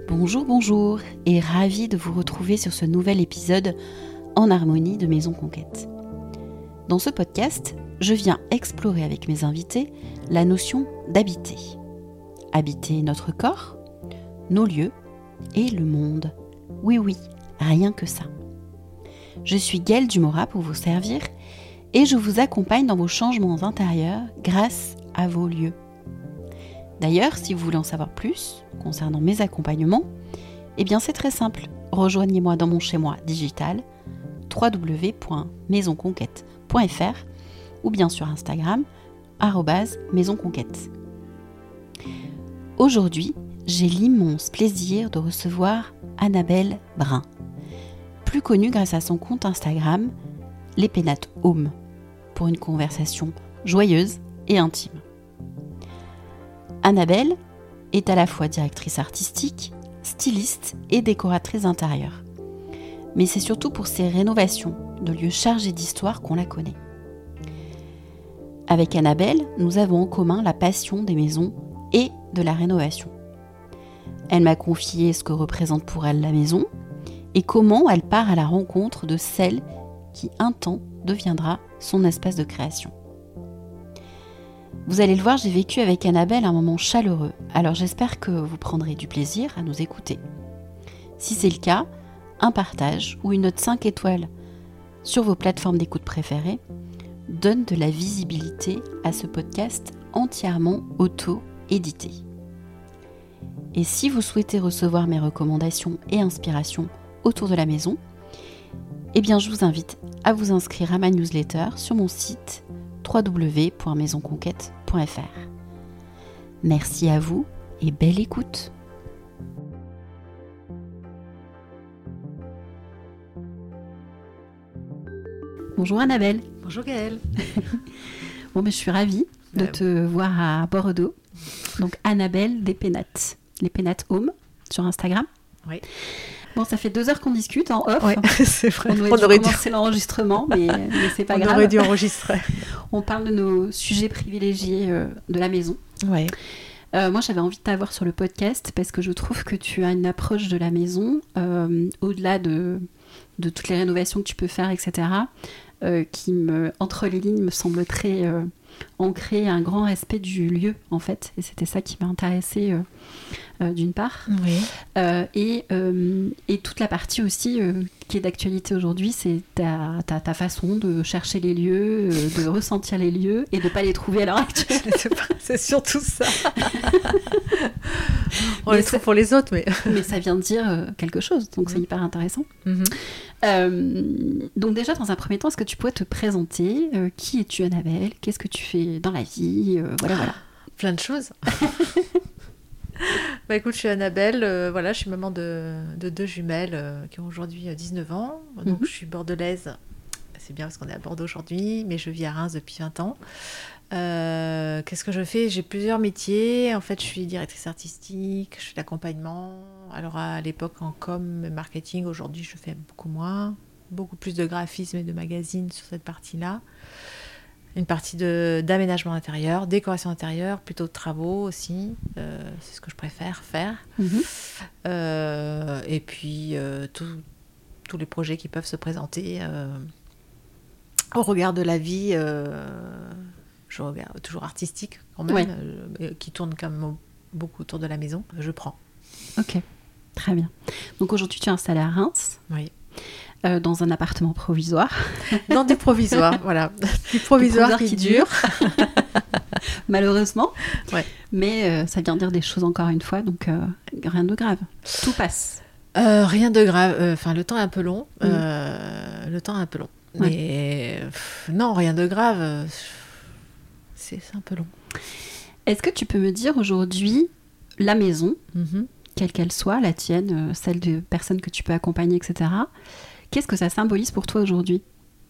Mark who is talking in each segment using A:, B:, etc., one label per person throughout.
A: Bonjour, bonjour, et ravie de vous retrouver sur ce nouvel épisode en harmonie de Maison Conquête. Dans ce podcast, je viens explorer avec mes invités la notion d'habiter. Habiter notre corps, nos lieux et le monde. Oui, rien que ça. Je suis Gaëlle Dumora pour vous servir et je vous accompagne dans vos changements intérieurs grâce à vos lieux. D'ailleurs, si vous voulez en savoir plus concernant mes accompagnements, eh bien c'est très simple. Rejoignez-moi dans mon chez-moi digital www.maisonconquête.fr ou bien sur Instagram @maisonconquête. Aujourd'hui, j'ai l'immense plaisir de recevoir Annabelle Brun, plus connue grâce à son compte Instagram Les Pénates Home, pour une conversation joyeuse et intime. Annabelle est à la fois directrice artistique, styliste et décoratrice d'intérieur. Mais c'est surtout pour ses rénovations de lieux chargés d'histoire qu'on la connaît. Avec Annabelle, nous avons en commun la passion des maisons et de la rénovation. Elle m'a confié ce que représente pour elle la maison et comment elle part à la rencontre de celle qui un temps deviendra son espace de création. Vous allez le voir, j'ai vécu avec Annabelle un moment chaleureux, alors j'espère que vous prendrez du plaisir à nous écouter. Si c'est le cas, un partage ou une note 5 étoiles sur vos plateformes d'écoute préférées donne de la visibilité à ce podcast entièrement auto-édité. Et si vous souhaitez recevoir mes recommandations et inspirations autour de la maison, eh bien je vous invite à vous inscrire à ma newsletter sur mon site www.maisonconquête.fr. Merci à vous et belle écoute. Bonjour Annabelle.
B: Bonjour Gaëlle.
A: Je suis ravie de te voir à Bordeaux. Donc Annabelle des Pénates. Les Pénates Home sur Instagram.
B: Oui.
A: Bon, ça fait 2 heures qu'on discute en off.
B: Oui, c'est vrai.
A: On aurait dû commencer l'enregistrement, mais c'est pas grave.
B: On aurait dû enregistrer.
A: On parle de nos sujets privilégiés de la maison.
B: Ouais.
A: Moi, j'avais envie de t'avoir sur le podcast parce que je trouve que tu as une approche de la maison, au-delà de toutes les rénovations que tu peux faire, etc., qui, entre les lignes, me semble très ancré, un grand respect du lieu, en fait. Et c'était ça qui m'a intéressée, d'une part.
B: Oui.
A: Et toute la partie aussi qui est d'actualité aujourd'hui, c'est ta façon de chercher les lieux, de ressentir les lieux et de ne pas les trouver à l'heure actuelle.
B: C'est surtout ça. On les trouve pour les autres, mais...
A: mais ça vient de dire quelque chose, donc c'est hyper intéressant. Donc déjà, dans un premier temps, est-ce que tu pourrais te présenter? Qui es-tu, Annabelle? Qu'est-ce que tu fais dans la vie? Voilà.
B: Plein de choses. Écoute, je suis Annabelle, je suis maman de 2 jumelles qui ont aujourd'hui 19 ans. Donc je suis bordelaise, c'est bien parce qu'on est à Bordeaux aujourd'hui, mais je vis à Reims depuis 20 ans. Qu'est-ce que je fais? J'ai plusieurs métiers. En fait, je suis directrice artistique, je fais de l'accompagnement. Alors à l'époque en com et marketing, aujourd'hui je fais beaucoup moins. Beaucoup plus de graphisme et de magazine sur cette partie-là. Une partie d'aménagement intérieur, décoration intérieure, plutôt de travaux aussi. C'est ce que je préfère faire. Et puis tous les projets qui peuvent se présenter au regard de la vie, je regarde toujours artistique quand même, qui tourne quand même beaucoup autour de la maison. Je prends.
A: Ok, très bien. Donc aujourd'hui tu es installée à Reims.
B: Oui.
A: Dans un appartement provisoire.
B: Dans du provisoire, voilà. Du provisoire qui dure.
A: Malheureusement.
B: Ouais.
A: Mais ça vient dire des choses encore une fois, donc rien de grave. Tout passe.
B: Rien de grave. Le temps est un peu long. Le temps est un peu long.
A: Ouais.
B: Mais non, rien de grave. C'est un peu long.
A: Est-ce que tu peux me dire aujourd'hui, la maison, quelle qu'elle soit, la tienne, celle de personnes que tu peux accompagner, etc., qu'est-ce que ça symbolise pour toi aujourd'hui?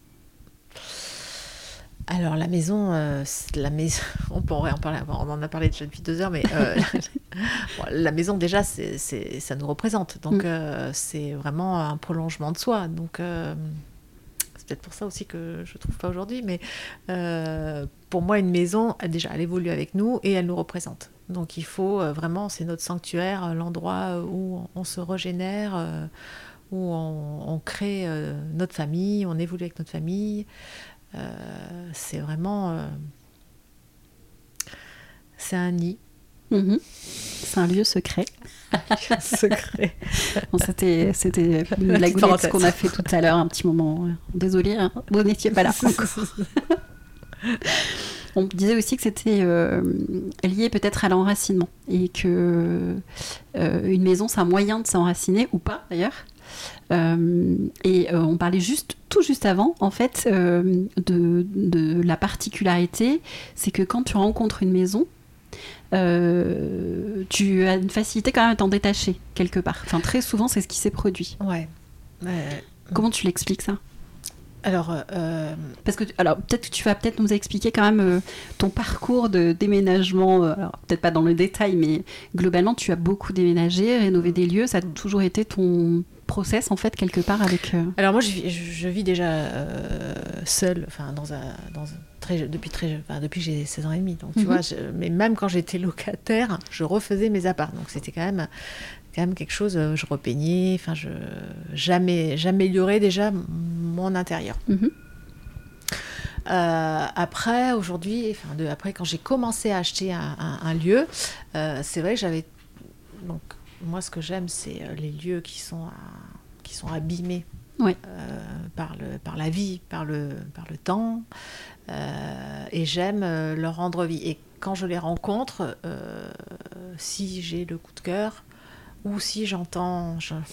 B: Alors la maison, on pourrait en parler, on en a parlé déjà depuis 2 heures, mais la maison déjà, ça nous représente, donc c'est vraiment un prolongement de soi, donc c'est peut-être pour ça aussi que je ne trouve pas aujourd'hui, mais pour moi une maison, déjà elle évolue avec nous et elle nous représente. Donc il faut vraiment, c'est notre sanctuaire, l'endroit où on se régénère, où on crée notre famille, on évolue avec notre famille. C'est vraiment... c'est un nid.
A: C'est un lieu secret.
B: Secret.
A: Bon, c'était la goulette qu'on a fait tout à l'heure, un petit moment. Désolée, hein, vous n'étiez pas là encore. On disait aussi que c'était lié peut-être à l'enracinement et que une maison, c'est un moyen de s'enraciner, ou pas d'ailleurs. On parlait tout juste avant, en fait, de la particularité, c'est que quand tu rencontres une maison, tu as une facilité quand même à t'en détacher quelque part. Enfin, très souvent, c'est ce qui s'est produit.
B: Ouais.
A: Comment tu l'expliques ça ?
B: Alors,
A: parce que peut-être que tu vas nous expliquer quand même ton parcours de déménagement. Alors, peut-être pas dans le détail, mais globalement, tu as beaucoup déménagé, rénové des lieux. Ça a toujours été ton process en fait quelque part avec.
B: Alors moi, je vis déjà seule, enfin depuis que j'ai 16 ans et demi. Donc tu vois, mais même quand j'étais locataire, je refaisais mes apparts. Donc c'était quand même quelque chose. Je repeignais, enfin j'améliorais déjà mon intérieur. Après, aujourd'hui, après quand j'ai commencé à acheter un lieu, c'est vrai que j'avais donc moi ce que j'aime c'est les lieux qui sont abîmés par la vie, par le temps, et j'aime leur rendre vie. Et quand je les rencontre, si j'ai le coup de cœur ou si j'entends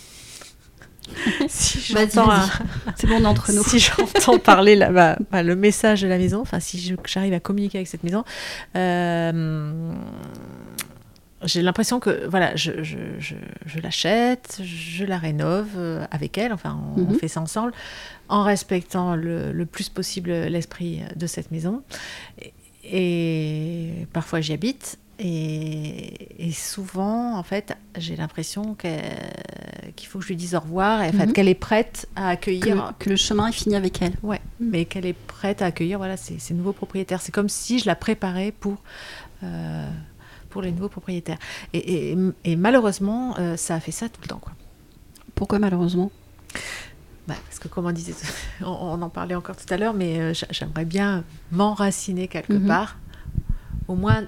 B: c'est bon entre nous. Si j'entends parler le message de la maison, enfin si j'arrive à communiquer avec cette maison, j'ai l'impression que voilà, je l'achète, je la rénove avec elle, enfin on fait ça ensemble, en respectant le plus possible l'esprit de cette maison. Et parfois j'y habite. Et souvent, en fait, j'ai l'impression qu'il faut que je lui dise au revoir, et en fait, qu'elle est prête à accueillir...
A: Que le chemin est fini avec elle.
B: Ouais, mais qu'elle est prête à accueillir ces nouveaux propriétaires. C'est comme si je la préparais pour les nouveaux propriétaires. Et malheureusement, ça a fait ça tout le temps, quoi.
A: Pourquoi malheureusement ?
B: Parce que comme on disait, on en parlait encore tout à l'heure, mais j'aimerais bien m'enraciner quelque part, au moins...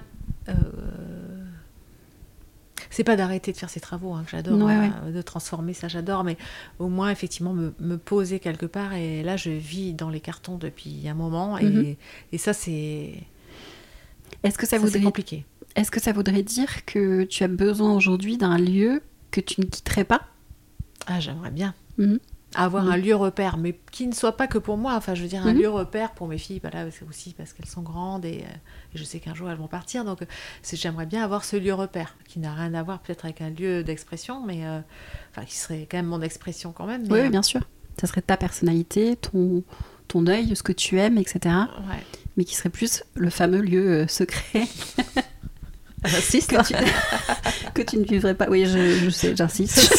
B: c'est pas d'arrêter de faire ces travaux que j'adore, de transformer ça j'adore, mais au moins effectivement me poser quelque part. Et là je vis dans les cartons depuis un moment, et ça c'est c'est compliqué.
A: Est-ce que ça voudrait dire que tu as besoin aujourd'hui d'un lieu que tu ne quitterais pas ?
B: J'aimerais bien avoir un lieu repère, mais qui ne soit pas que pour moi. Enfin, je veux dire, un lieu repère pour mes filles. Là, c'est aussi parce qu'elles sont grandes et je sais qu'un jour elles vont partir. Donc, j'aimerais bien avoir ce lieu repère qui n'a rien à voir peut-être avec un lieu d'expression, mais qui serait quand même mon expression quand même.
A: Mais, oui, bien sûr. Ça serait ta personnalité, ton œil, ce que tu aimes, etc.
B: Ouais.
A: Mais qui serait plus le fameux lieu secret.
B: J'insiste.
A: Que tu ne vivrais pas. Oui, je sais, j'insiste.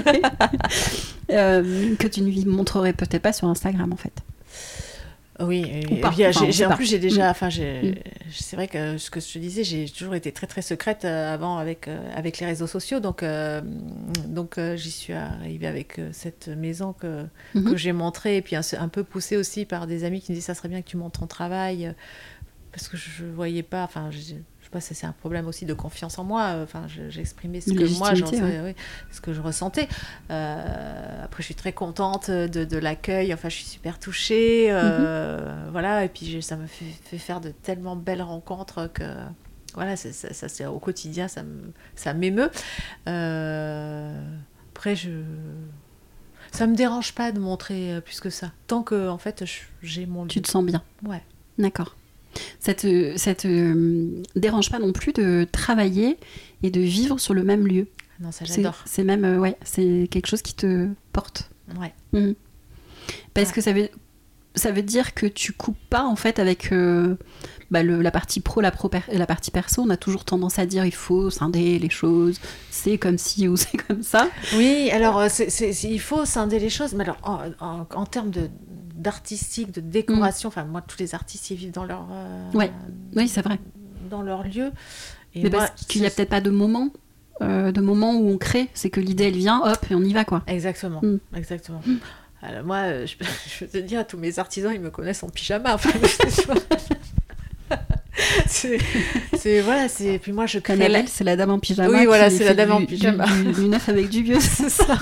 A: Que tu ne montrerais peut-être pas sur Instagram, en fait.
B: Oui, et puis en plus j'ai déjà, c'est vrai que ce que je te disais, j'ai toujours été très très secrète avant avec les réseaux sociaux, donc j'y suis arrivée avec cette maison que j'ai montrée, et puis un peu poussée aussi par des amis qui me disaient ça serait bien que tu montres ton travail, parce que je voyais pas, je sais pas, c'est un problème aussi de confiance en moi. J'exprimais ce que moi, ce que je ressentais. Après, je suis très contente de l'accueil. Enfin, je suis super touchée. Voilà. Et puis, ça me fait faire de tellement belles rencontres que, voilà, ça c'est au quotidien, ça m'émeut. Après, ça me dérange pas de montrer plus que ça. Tant que, en fait, j'ai mon lieu.
A: Tu te sens bien.
B: Ouais.
A: D'accord. Ça te dérange pas non plus de travailler et de vivre sur le même lieu ?
B: Non, ça j'adore.
A: C'est même, c'est quelque chose qui te porte.
B: Ouais.
A: Parce que ça veut dire que tu coupes pas en fait avec la partie pro, la partie perso. On a toujours tendance à dire il faut scinder les choses, c'est comme ci ou c'est comme ça.
B: Oui, alors il faut scinder les choses, mais alors en termes d'artistique, de décoration, moi tous les artistes ils vivent dans leur
A: oui, c'est vrai,
B: dans leur lieu. Et
A: Mais
B: moi,
A: parce qu'il n'y a peut-être pas de moment où on crée, c'est que l'idée elle vient, hop, et on y va quoi.
B: Exactement, exactement. Alors moi, je peux te dire, tous mes artisans, ils me connaissent en pyjama. Enfin, voilà, puis moi je crée.
A: Annabelle, c'est la dame en pyjama.
B: Oui, voilà, c'est la dame en pyjama.
A: Du neuf avec du vieux, c'est ça.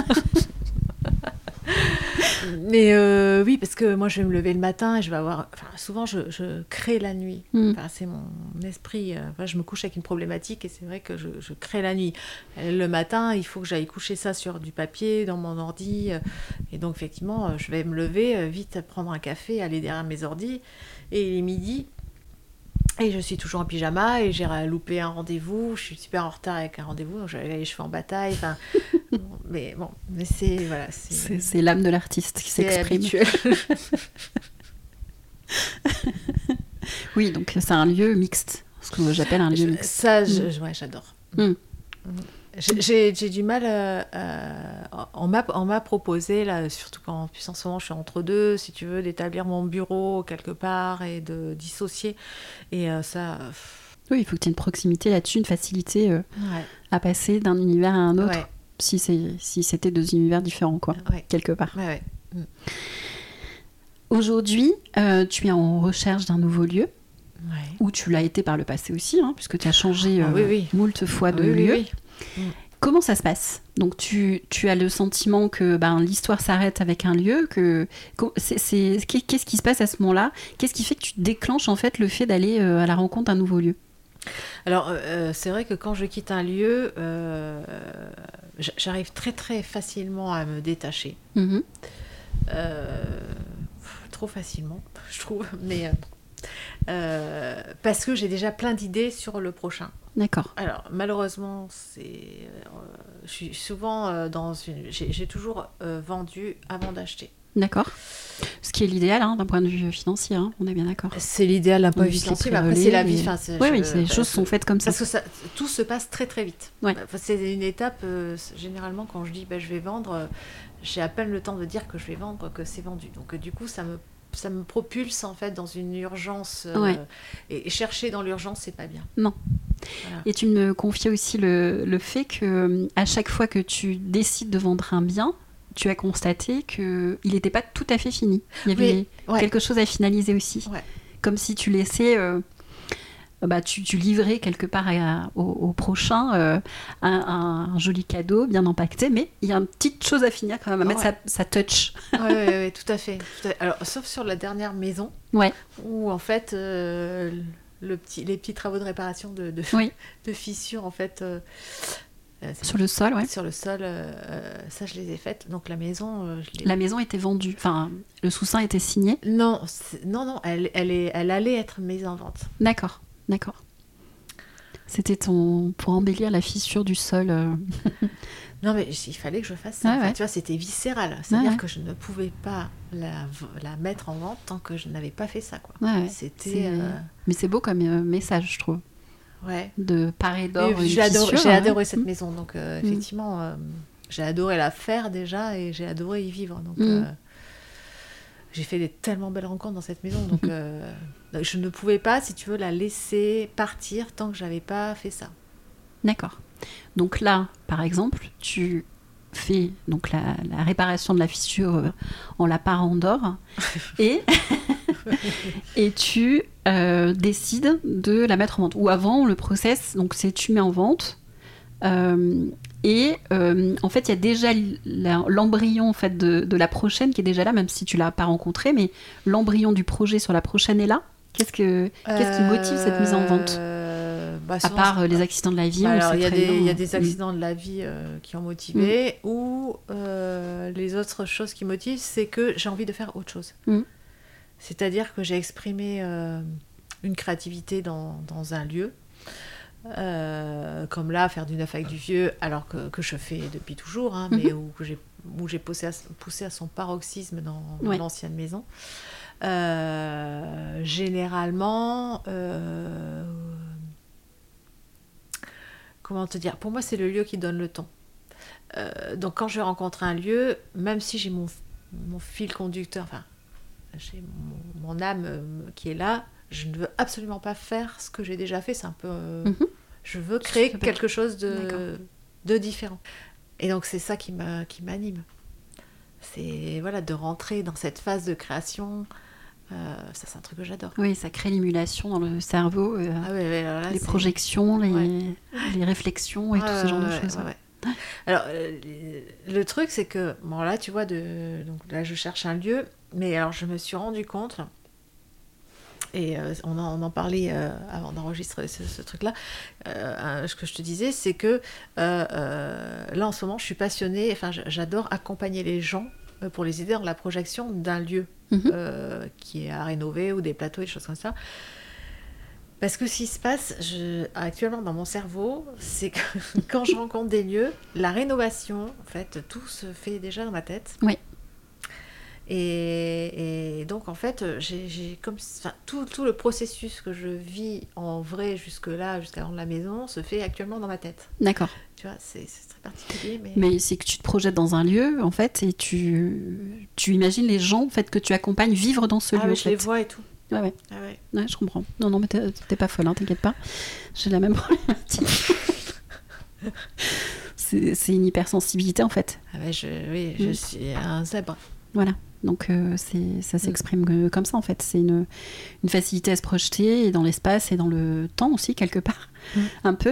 B: Mais oui, parce que moi je vais me lever le matin et je vais avoir. Enfin, souvent je crée la nuit. Enfin, c'est mon esprit. Je me couche avec une problématique et c'est vrai que je crée la nuit. Le matin, il faut que j'aille coucher ça sur du papier, dans mon ordi. Et donc, effectivement, je vais me lever vite, prendre un café, aller derrière mes ordis. Et il est midi. Et je suis toujours en pyjama et j'ai loupé un rendez-vous. Je suis super en retard avec un rendez-vous, donc j'avais les cheveux en bataille. Enfin, mais c'est voilà,
A: c'est l'âme de l'artiste qui s'exprime. Oui, donc c'est un lieu mixte, ce que j'appelle un lieu mixte.
B: Ça, ouais, j'adore. J'ai du mal. On m'a proposé, là, surtout quand en ce moment je suis entre deux, si tu veux, d'établir mon bureau quelque part et de dissocier. Et ça.
A: Oui, il faut que tu aies une proximité là-dessus, une facilité à passer d'un univers à un autre, si c'était deux univers différents, quoi, quelque part.
B: Ouais.
A: Aujourd'hui, tu es en recherche d'un nouveau lieu, où tu l'as été par le passé aussi, hein, puisque tu as changé moult fois de lieu. Oui. Comment ça se passe ? Donc tu as le sentiment que l'histoire s'arrête avec un lieu, qu'est-ce qui se passe à ce moment-là ? Qu'est-ce qui fait que tu déclenches en fait le fait d'aller à la rencontre d'un nouveau lieu ?
B: Alors c'est vrai que quand je quitte un lieu, j'arrive très très facilement à me détacher. Trop facilement, je trouve, mais parce que j'ai déjà plein d'idées sur le prochain.
A: D'accord.
B: Alors malheureusement, je suis souvent j'ai toujours vendu avant d'acheter.
A: D'accord. Ce qui est l'idéal d'un point de vue financier, on est bien d'accord.
B: C'est l'idéal d'un point de vue financier, mais après c'est la vie.
A: Les choses sont faites comme ça.
B: Parce que tout se passe très très vite.
A: Ouais.
B: C'est une étape, généralement quand je dis je vais vendre, j'ai à peine le temps de dire que je vais vendre, que c'est vendu. Donc du coup ça me propulse en fait dans une urgence et chercher dans l'urgence c'est pas bien.
A: Non. Voilà. Et tu me confiais aussi le fait que à chaque fois que tu décides de vendre un bien, tu as constaté qu'il n'était pas tout à fait fini. Il y avait quelque chose à finaliser aussi. Ouais. Comme si tu laissais tu livrais quelque part au prochain un joli cadeau bien empaqueté, mais il y a une petite chose à finir quand même, à mettre sa touch.
B: Oui, tout à fait. Alors, sauf sur la dernière maison, où en fait, les petits travaux de réparation de fissures, en fait...
A: sur le sol,
B: Sur le sol, ça je les ai faites. Donc la maison,
A: la maison était vendue. Enfin, le sous-sein était signé.
B: Non, elle allait être mise en vente.
A: D'accord. C'était pour embellir la fissure du sol.
B: Non, mais il fallait que je fasse ça. Tu vois, c'était viscéral. C'est-à-dire que je ne pouvais pas la mettre en vente tant que je n'avais pas fait ça, quoi. C'était.
A: Mais c'est beau comme message, je trouve.
B: Ouais.
A: De parer d'or.
B: J'ai adoré cette maison, donc effectivement, j'ai adoré la faire déjà et j'ai adoré y vivre. Donc j'ai fait des tellement belles rencontres dans cette maison, donc je ne pouvais pas, si tu veux, la laisser partir tant que j'avais pas fait ça.
A: D'accord. Donc là, par exemple, tu fais donc la réparation de la fissure en la parant d'or et tu décides de la mettre en vente. Ou avant, le process, donc c'est tu mets en vente et en fait, il y a déjà l'embryon en fait, de la prochaine qui est déjà là, même si tu ne l'as pas rencontré, mais l'embryon du projet sur la prochaine est là. Qu'est-ce qui motive cette mise en vente ? À part les accidents de la vie.
B: Alors, il y a des accidents de la vie qui ont motivé, ou les autres choses qui motivent, c'est que j'ai envie de faire autre chose. C'est-à-dire que j'ai exprimé une créativité dans un lieu, comme là, faire du neuf avec du vieux, alors que je fais depuis toujours, mais où j'ai poussé à son paroxysme dans l'ancienne maison. Généralement... comment te dire ? Pour moi, c'est le lieu qui donne le ton. Donc, quand je rencontre un lieu, même si j'ai mon fil conducteur, enfin, j'ai mon âme qui est là, je ne veux absolument pas faire ce que j'ai déjà fait. C'est un peu... Je veux
A: Je
B: créer
A: peux
B: quelque chose
A: D'accord.
B: de différent. Et donc, c'est ça qui m'anime. C'est voilà, de rentrer dans cette phase de création. Ça, c'est un truc que j'adore.
A: Oui, ça crée l'émulation dans le cerveau,
B: Ah ouais, alors là,
A: les
B: c'est...
A: projections,
B: Ouais.
A: les réflexions et tout ce genre de choses.
B: Ouais. Alors, le truc, c'est que, bon, là, tu vois, donc là, je cherche un lieu, mais alors, je me suis rendu compte, et on en parlait avant d'enregistrer ce truc-là, ce que je te disais, c'est que là, en ce moment, je suis passionnée, enfin, j'adore accompagner les gens pour les aider dans la projection d'un lieu qui est à rénover, ou des plateaux, et des choses comme ça. Parce que ce qui se passe actuellement dans mon cerveau, c'est que quand je rencontre des lieux, la rénovation, en fait, tout se fait déjà dans ma tête.
A: Oui.
B: Et donc, en fait, j'ai comme, enfin, tout le processus que je vis en vrai jusque-là, jusqu'à vendre la maison, se fait actuellement dans ma tête.
A: D'accord.
B: Tu vois, c'est très particulier.
A: Mais c'est que tu te projettes dans un lieu, en fait, et tu imagines les gens, en fait, que tu accompagnes vivre dans ce lieu.
B: Oui,
A: en
B: je
A: fait.
B: les vois et tout.
A: Ouais.
B: Ah ouais.
A: Ouais, je comprends. Non, mais t'es pas folle, hein, t'inquiète pas. J'ai la même problématique. c'est une hypersensibilité, en fait.
B: Ah ouais, je suis un zèbre.
A: Voilà. Donc, ça s'exprime comme ça, en fait. C'est une facilité à se projeter, et dans l'espace et dans le temps aussi, quelque part, un peu,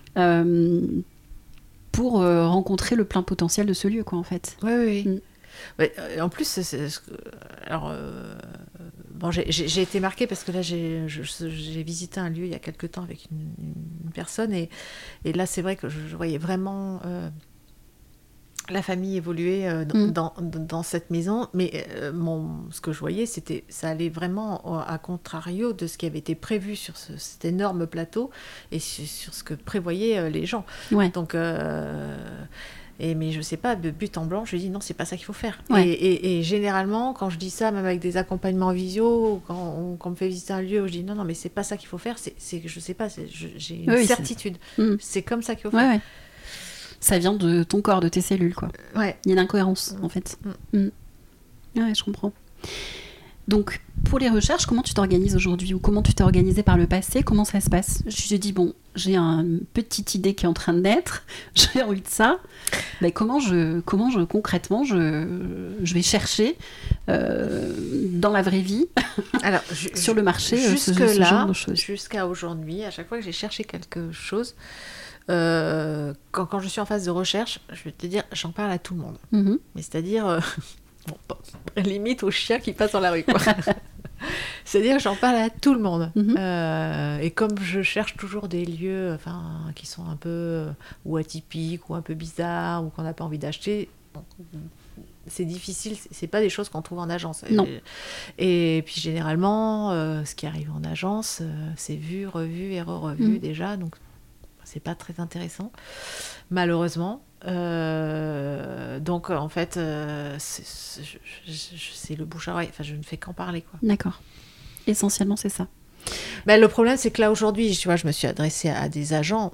A: pour rencontrer le plein potentiel de ce lieu, quoi, en fait.
B: Oui. Ouais, en plus, alors, bon, j'ai été marquée parce que là, j'ai visité un lieu il y a quelques temps avec une personne, et là, c'est vrai que je voyais vraiment la famille évoluer dans cette maison, mais ce que je voyais, ça allait vraiment à contrario de ce qui avait été prévu sur cet énorme plateau et sur ce que prévoyaient les gens.
A: Ouais.
B: Donc... mais je sais pas, de but en blanc, je lui dis non, c'est pas ça qu'il faut faire.
A: Ouais.
B: Et généralement, quand je dis ça, même avec des accompagnements visio, ou quand on me fait visiter un lieu, où je dis non, mais c'est pas ça qu'il faut faire, c'est que je sais pas, j'ai une certitude. C'est comme ça qu'il faut faire.
A: Ouais. Ça vient de ton corps, de tes cellules, quoi.
B: Ouais.
A: Il y a une incohérence, en fait. Ouais, je comprends. Donc, pour les recherches, comment tu t'organises aujourd'hui, ou comment tu t'es organisée par le passé? Comment ça se passe? Je te dis, bon, j'ai une petite idée qui est en train de naître, j'ai envie de ça. Mais comment concrètement, je vais chercher dans la vraie vie, alors, sur le marché, ce genre de choses.
B: Jusqu'à aujourd'hui, à chaque fois que j'ai cherché quelque chose, quand je suis en phase de recherche, je vais te dire, j'en parle à tout le monde. Mais c'est-à-dire... limite aux chiens qui passent dans la rue, quoi. C'est-à-dire que j'en parle à tout le monde. Et comme je cherche toujours des lieux qui sont un peu ou atypiques ou un peu bizarres ou qu'on n'a pas envie d'acheter, c'est difficile, c'est pas des choses qu'on trouve en agence.
A: Non.
B: Et puis généralement, ce qui arrive en agence, c'est vu, revu et re-revu déjà, donc c'est pas très intéressant, malheureusement. Donc en fait c'est le bouche à oreille, je ne fais qu'en parler, quoi.
A: D'accord, essentiellement c'est ça.
B: Le problème c'est que là aujourd'hui, tu vois, je me suis adressée à des agents,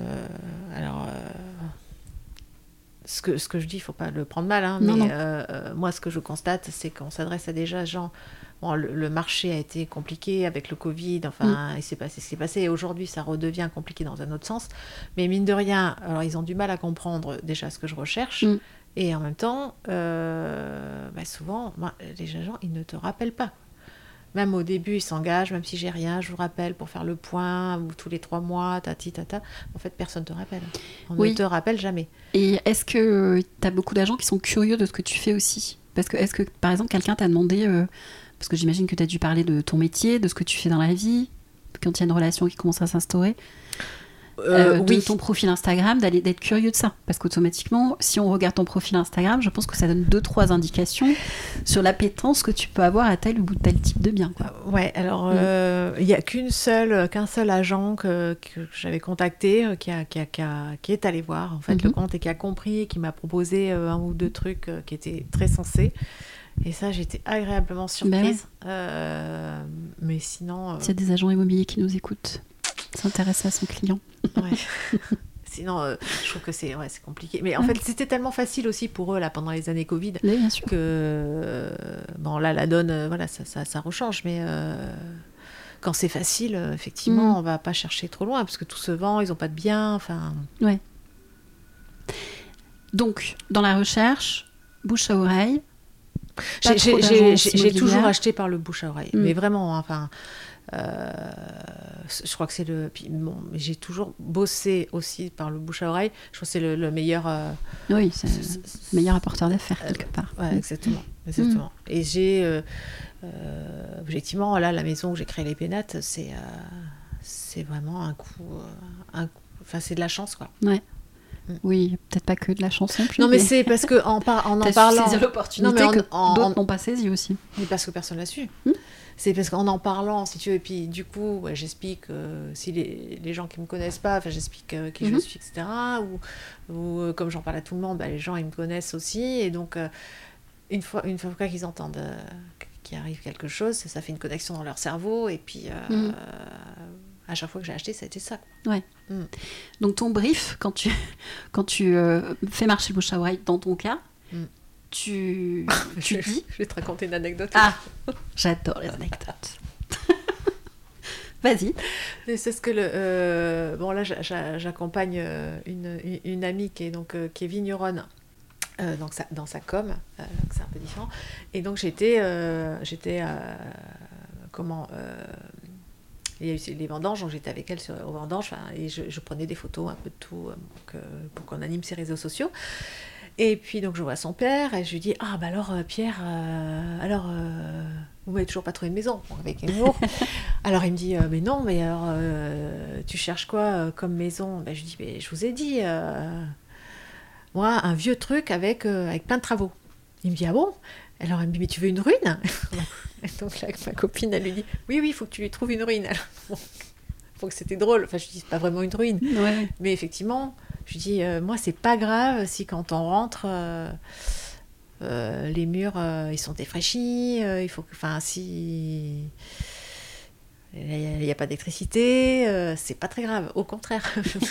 B: ce que je dis, il ne faut pas le prendre mal, hein,
A: non.
B: Moi ce que je constate, c'est qu'on s'adresse à des agents. Bon, le marché a été compliqué avec le Covid, il s'est passé ce qui s'est passé, et aujourd'hui ça redevient compliqué dans un autre sens, mais mine de rien, alors ils ont du mal à comprendre déjà ce que je recherche, et en même temps, souvent, les agents, ils ne te rappellent pas. Même au début, ils s'engagent, même si j'ai rien, je vous rappelle pour faire le point, ou tous les 3 mois, tati tata. En fait, personne ne te rappelle. On ne te rappelle jamais.
A: Et est-ce que tu as beaucoup d'agents qui sont curieux de ce que tu fais aussi? Parce que, est-ce que, par exemple, quelqu'un t'a demandé... parce que j'imagine que tu as dû parler de ton métier, de ce que tu fais dans la vie, quand il y a une relation qui commence à s'instaurer, de ton profil Instagram, d'être curieux de ça. Parce qu'automatiquement, si on regarde ton profil Instagram, je pense que ça donne 2-3 indications sur l'appétence que tu peux avoir à tel ou tel type de bien, quoi.
B: Ouais, alors il n'y a qu'un seul agent que j'avais contacté qui est allé voir en fait le compte et qui a compris et qui m'a proposé 1 ou 2 trucs qui étaient très sensés. Et ça, j'étais agréablement surprise. Mais sinon...
A: S'il y a des agents immobiliers qui nous écoutent, s'intéresser à son client.
B: Ouais. Sinon, je trouve que c'est compliqué. Mais en fait, c'était tellement facile aussi pour eux là, pendant les années Covid,
A: bien sûr.
B: que... bon, là, la donne, ça rechange. Mais Quand c'est facile, effectivement, on va pas chercher trop loin, parce que tout se vend, ils ont pas de biens, enfin...
A: Ouais. Donc, dans la recherche, bouche à oreille...
B: J'ai toujours acheté par le bouche à oreille, mais vraiment, enfin... je crois que c'est le... Puis, bon, j'ai toujours bossé aussi par le bouche à oreille. Je crois que c'est le meilleur...
A: Oui, c'est le meilleur apporteur d'affaires, quelque part.
B: Ouais, exactement. Et j'ai... objectivement, là, la maison où j'ai créé les pénates, c'est vraiment un coup... Enfin, c'est de la chance, quoi.
A: Ouais. Oui, peut-être pas que de la chance non plus.
B: Non, mais c'est parce que en parlant...
A: saisi l'opportunité que d'autres n'ont pas saisi aussi.
B: Mais parce que personne l'a su. C'est parce qu'en parlant, si tu veux, et puis du coup, j'explique si les gens qui me connaissent pas, enfin, j'explique qui je suis, etc. Ou comme j'en parle à tout le monde, les gens, ils me connaissent aussi. Et donc, une fois qu'ils entendent qu'il arrive quelque chose, ça fait une connexion dans leur cerveau. Et puis... à chaque fois que j'ai acheté, ça a été ça. Quoi.
A: Ouais. Donc ton brief, quand tu fais marcher le bouche à oreille, dans ton cas, tu dis...
B: Je vais te raconter une anecdote.
A: Ah, j'adore les anecdotes. Vas-y.
B: Et c'est ce que bon là, j'accompagne une amie qui est vigneronne. Donc dans sa com, c'est un peu différent. Et donc j'étais il y a eu les vendanges, donc j'étais avec elle aux vendanges, et je prenais des photos un peu de tout pour qu'on anime ses réseaux sociaux. Et puis donc je vois son père et je lui dis alors Pierre, vous m'avez toujours pas trouvé de maison, avec humour. Alors il me dit mais non, mais alors tu cherches quoi comme maison? Je lui dis mais je vous ai dit moi un vieux truc avec plein de travaux. Il me dit ah bon? Alors elle me dit mais tu veux une ruine? Donc là, ma copine, elle lui dit oui, il faut que tu lui trouves une ruine. Alors, bon, faut que c'était drôle. Enfin, je dis c'est pas vraiment une ruine, mais effectivement, je dis moi c'est pas grave si quand on rentre, les murs ils sont défraîchis, il faut que, enfin si il n'y a pas d'électricité, c'est pas très grave, au contraire.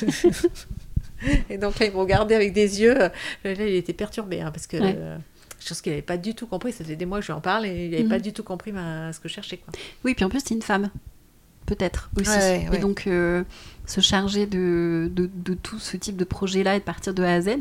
B: Et donc là, il me regardait avec des yeux. Là, il était perturbé parce que. Je pense qu'il n'avait pas du tout compris, ça faisait des mois que je lui en parle et il n'avait pas du tout compris ce que je cherchais. Quoi.
A: Oui, puis en plus, c'est une femme, peut-être aussi.
B: Ouais.
A: Et donc, se charger de tout ce type de projet-là et de partir de A à Z,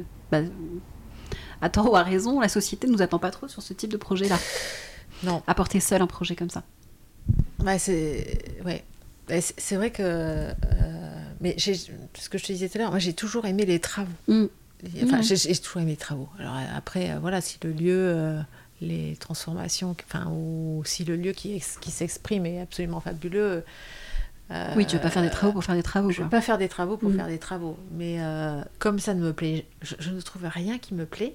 A: à tort ou à raison, la société ne nous attend pas trop sur ce type de projet-là.
B: Non.
A: Apporter seul un projet comme ça.
B: C'est vrai que... mais ce que je te disais tout à l'heure, moi j'ai toujours aimé les travaux. Enfin, j'ai toujours aimé les travaux. Alors après, voilà, si le lieu, les transformations, ou si le lieu qui s'exprime est absolument fabuleux.
A: Oui, tu ne vas pas faire des travaux pour faire des travaux.
B: Je ne vais pas faire des travaux pour faire des travaux. Mais comme ça ne me plaît, je ne trouve rien qui me plaît.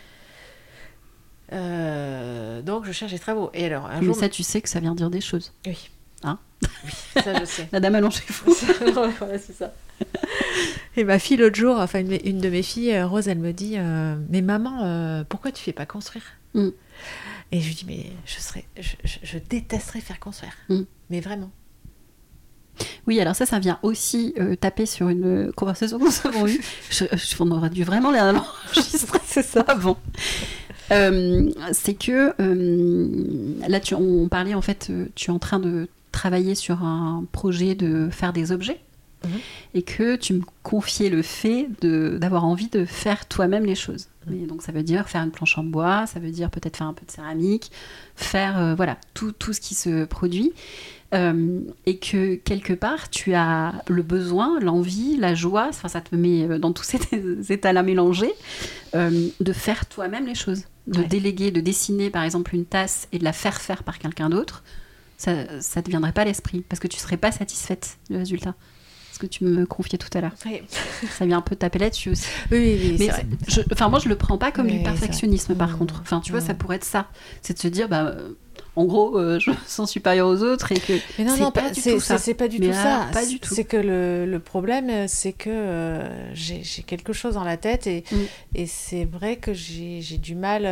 B: Donc je cherche des travaux. Et alors,
A: mais ça, tu sais que ça vient dire des choses.
B: Oui.
A: Hein?
B: Oui, ça je sais.
A: La dame allongée fou.
B: Voilà, c'est ça. Et ma fille l'autre jour, enfin une de mes filles, Rose, elle me dit mais maman, pourquoi tu fais pas construire? Et je lui dis mais je détesterais faire construire, mais vraiment.
A: Oui, alors ça vient aussi taper sur une conversation que nous avons eue. On aurait dû vraiment l'enregistrer, c'est ça avant. C'est que là, on parlait en fait, tu es en train de travailler sur un projet de faire des objets. Et que tu me confiais le fait d'avoir envie de faire toi-même les choses. Et donc ça veut dire faire une planche en bois, ça veut dire peut-être faire un peu de céramique, faire tout ce qui se produit. Et que quelque part tu as le besoin, l'envie, la joie, ça te met dans tous ces états-là mélangés, de faire toi-même les choses, de déléguer, de dessiner par exemple une tasse et de la faire par quelqu'un d'autre. Ça ne te viendrait pas à l'esprit parce que tu ne serais pas satisfaite du résultat. Ce que tu me confiais tout à l'heure. Oui. Ça vient un peu taper là-dessus aussi.
B: Oui, mais
A: c'est vrai. Moi, je le prends pas comme du perfectionnisme, par contre. Enfin, tu vois, ça pourrait être ça. C'est de se dire, en gros, je me sens supérieure aux autres et que
B: mais non,
A: c'est pas du tout ça.
B: C'est pas du tout ça.
A: Pas du tout.
B: C'est que le problème, c'est que j'ai quelque chose dans la tête et c'est vrai que j'ai du mal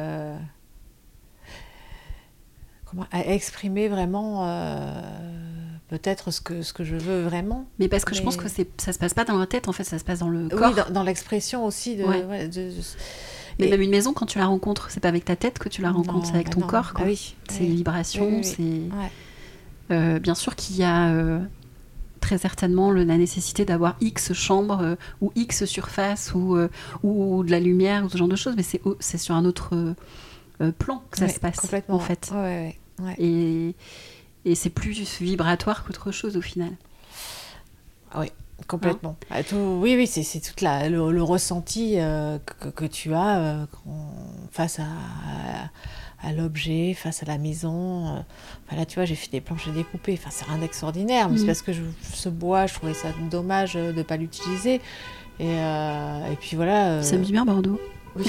B: à exprimer vraiment... peut-être ce que je veux vraiment.
A: Mais parce que je pense que ça se passe pas dans la tête, en fait, ça se passe dans le corps.
B: Oui, dans l'expression aussi.
A: Mais même une maison, quand tu la rencontres, c'est pas avec ta tête que tu la rencontres, c'est avec ton corps. Quoi.
B: Oui.
A: C'est les vibrations, c'est... Bien sûr qu'il y a très certainement la nécessité d'avoir X chambres ou X surface ou de la lumière ou ce genre de choses, mais c'est sur un autre plan que ça se passe,
B: complètement.
A: en fait.
B: Ouais.
A: Et c'est plus vibratoire qu'autre chose au final.
B: Oui, complètement. Oui, c'est tout le ressenti que tu as face à l'objet, face à la maison. Enfin, là, tu vois, j'ai fait des planches à découper. Enfin, c'est rien d'extraordinaire, mais c'est parce que ce bois, je trouvais ça dommage de ne pas l'utiliser. Et puis voilà.
A: Ça me dit bien Bordeaux.
B: Oui.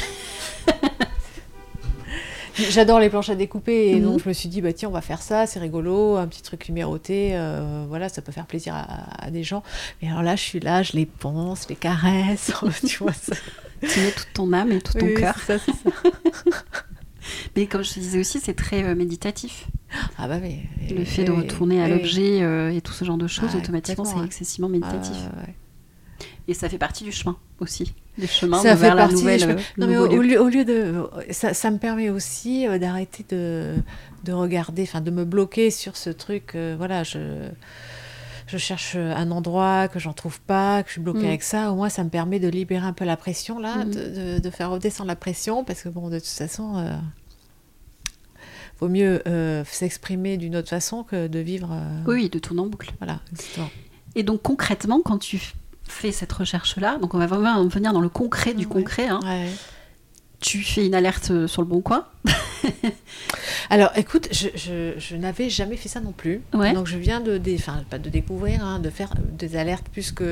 B: J'adore les planches à découper, et donc je me suis dit, tiens, on va faire ça, c'est rigolo, un petit truc numéroté, voilà, ça peut faire plaisir à des gens. Mais alors là, je les ponce, je les caresse, tu vois ça.
A: Tu mets toute ton âme et tout ton cœur.
B: C'est ça.
A: Mais comme je te disais aussi, c'est très méditatif.
B: Ah bah oui.
A: Le fait de retourner à l'objet et tout ce genre de choses, automatiquement, c'est excessivement méditatif.
B: Ouais.
A: Et ça fait partie du chemin aussi, du chemin
B: ça
A: vers la nouvelle.
B: Non, mais au lieu de, ça me permet aussi d'arrêter de regarder, enfin de me bloquer sur ce truc. Voilà, je cherche un endroit que j'en trouve pas, que je suis bloquée avec ça. Au moins, ça me permet de libérer un peu la pression là, de faire redescendre la pression, parce que bon, de toute façon, vaut mieux s'exprimer d'une autre façon que de vivre.
A: Oui, de tourner en boucle.
B: Voilà, exactement.
A: Et donc concrètement, quand tu fais cette recherche-là, donc on va vraiment venir dans le concret du concret. Hein.
B: Ouais.
A: Tu fais une alerte sur le Bon Coin.
B: Alors, écoute, je n'avais jamais fait ça non plus.
A: Ouais.
B: Donc, je viens pas de découvrir, hein, de faire des alertes, puisque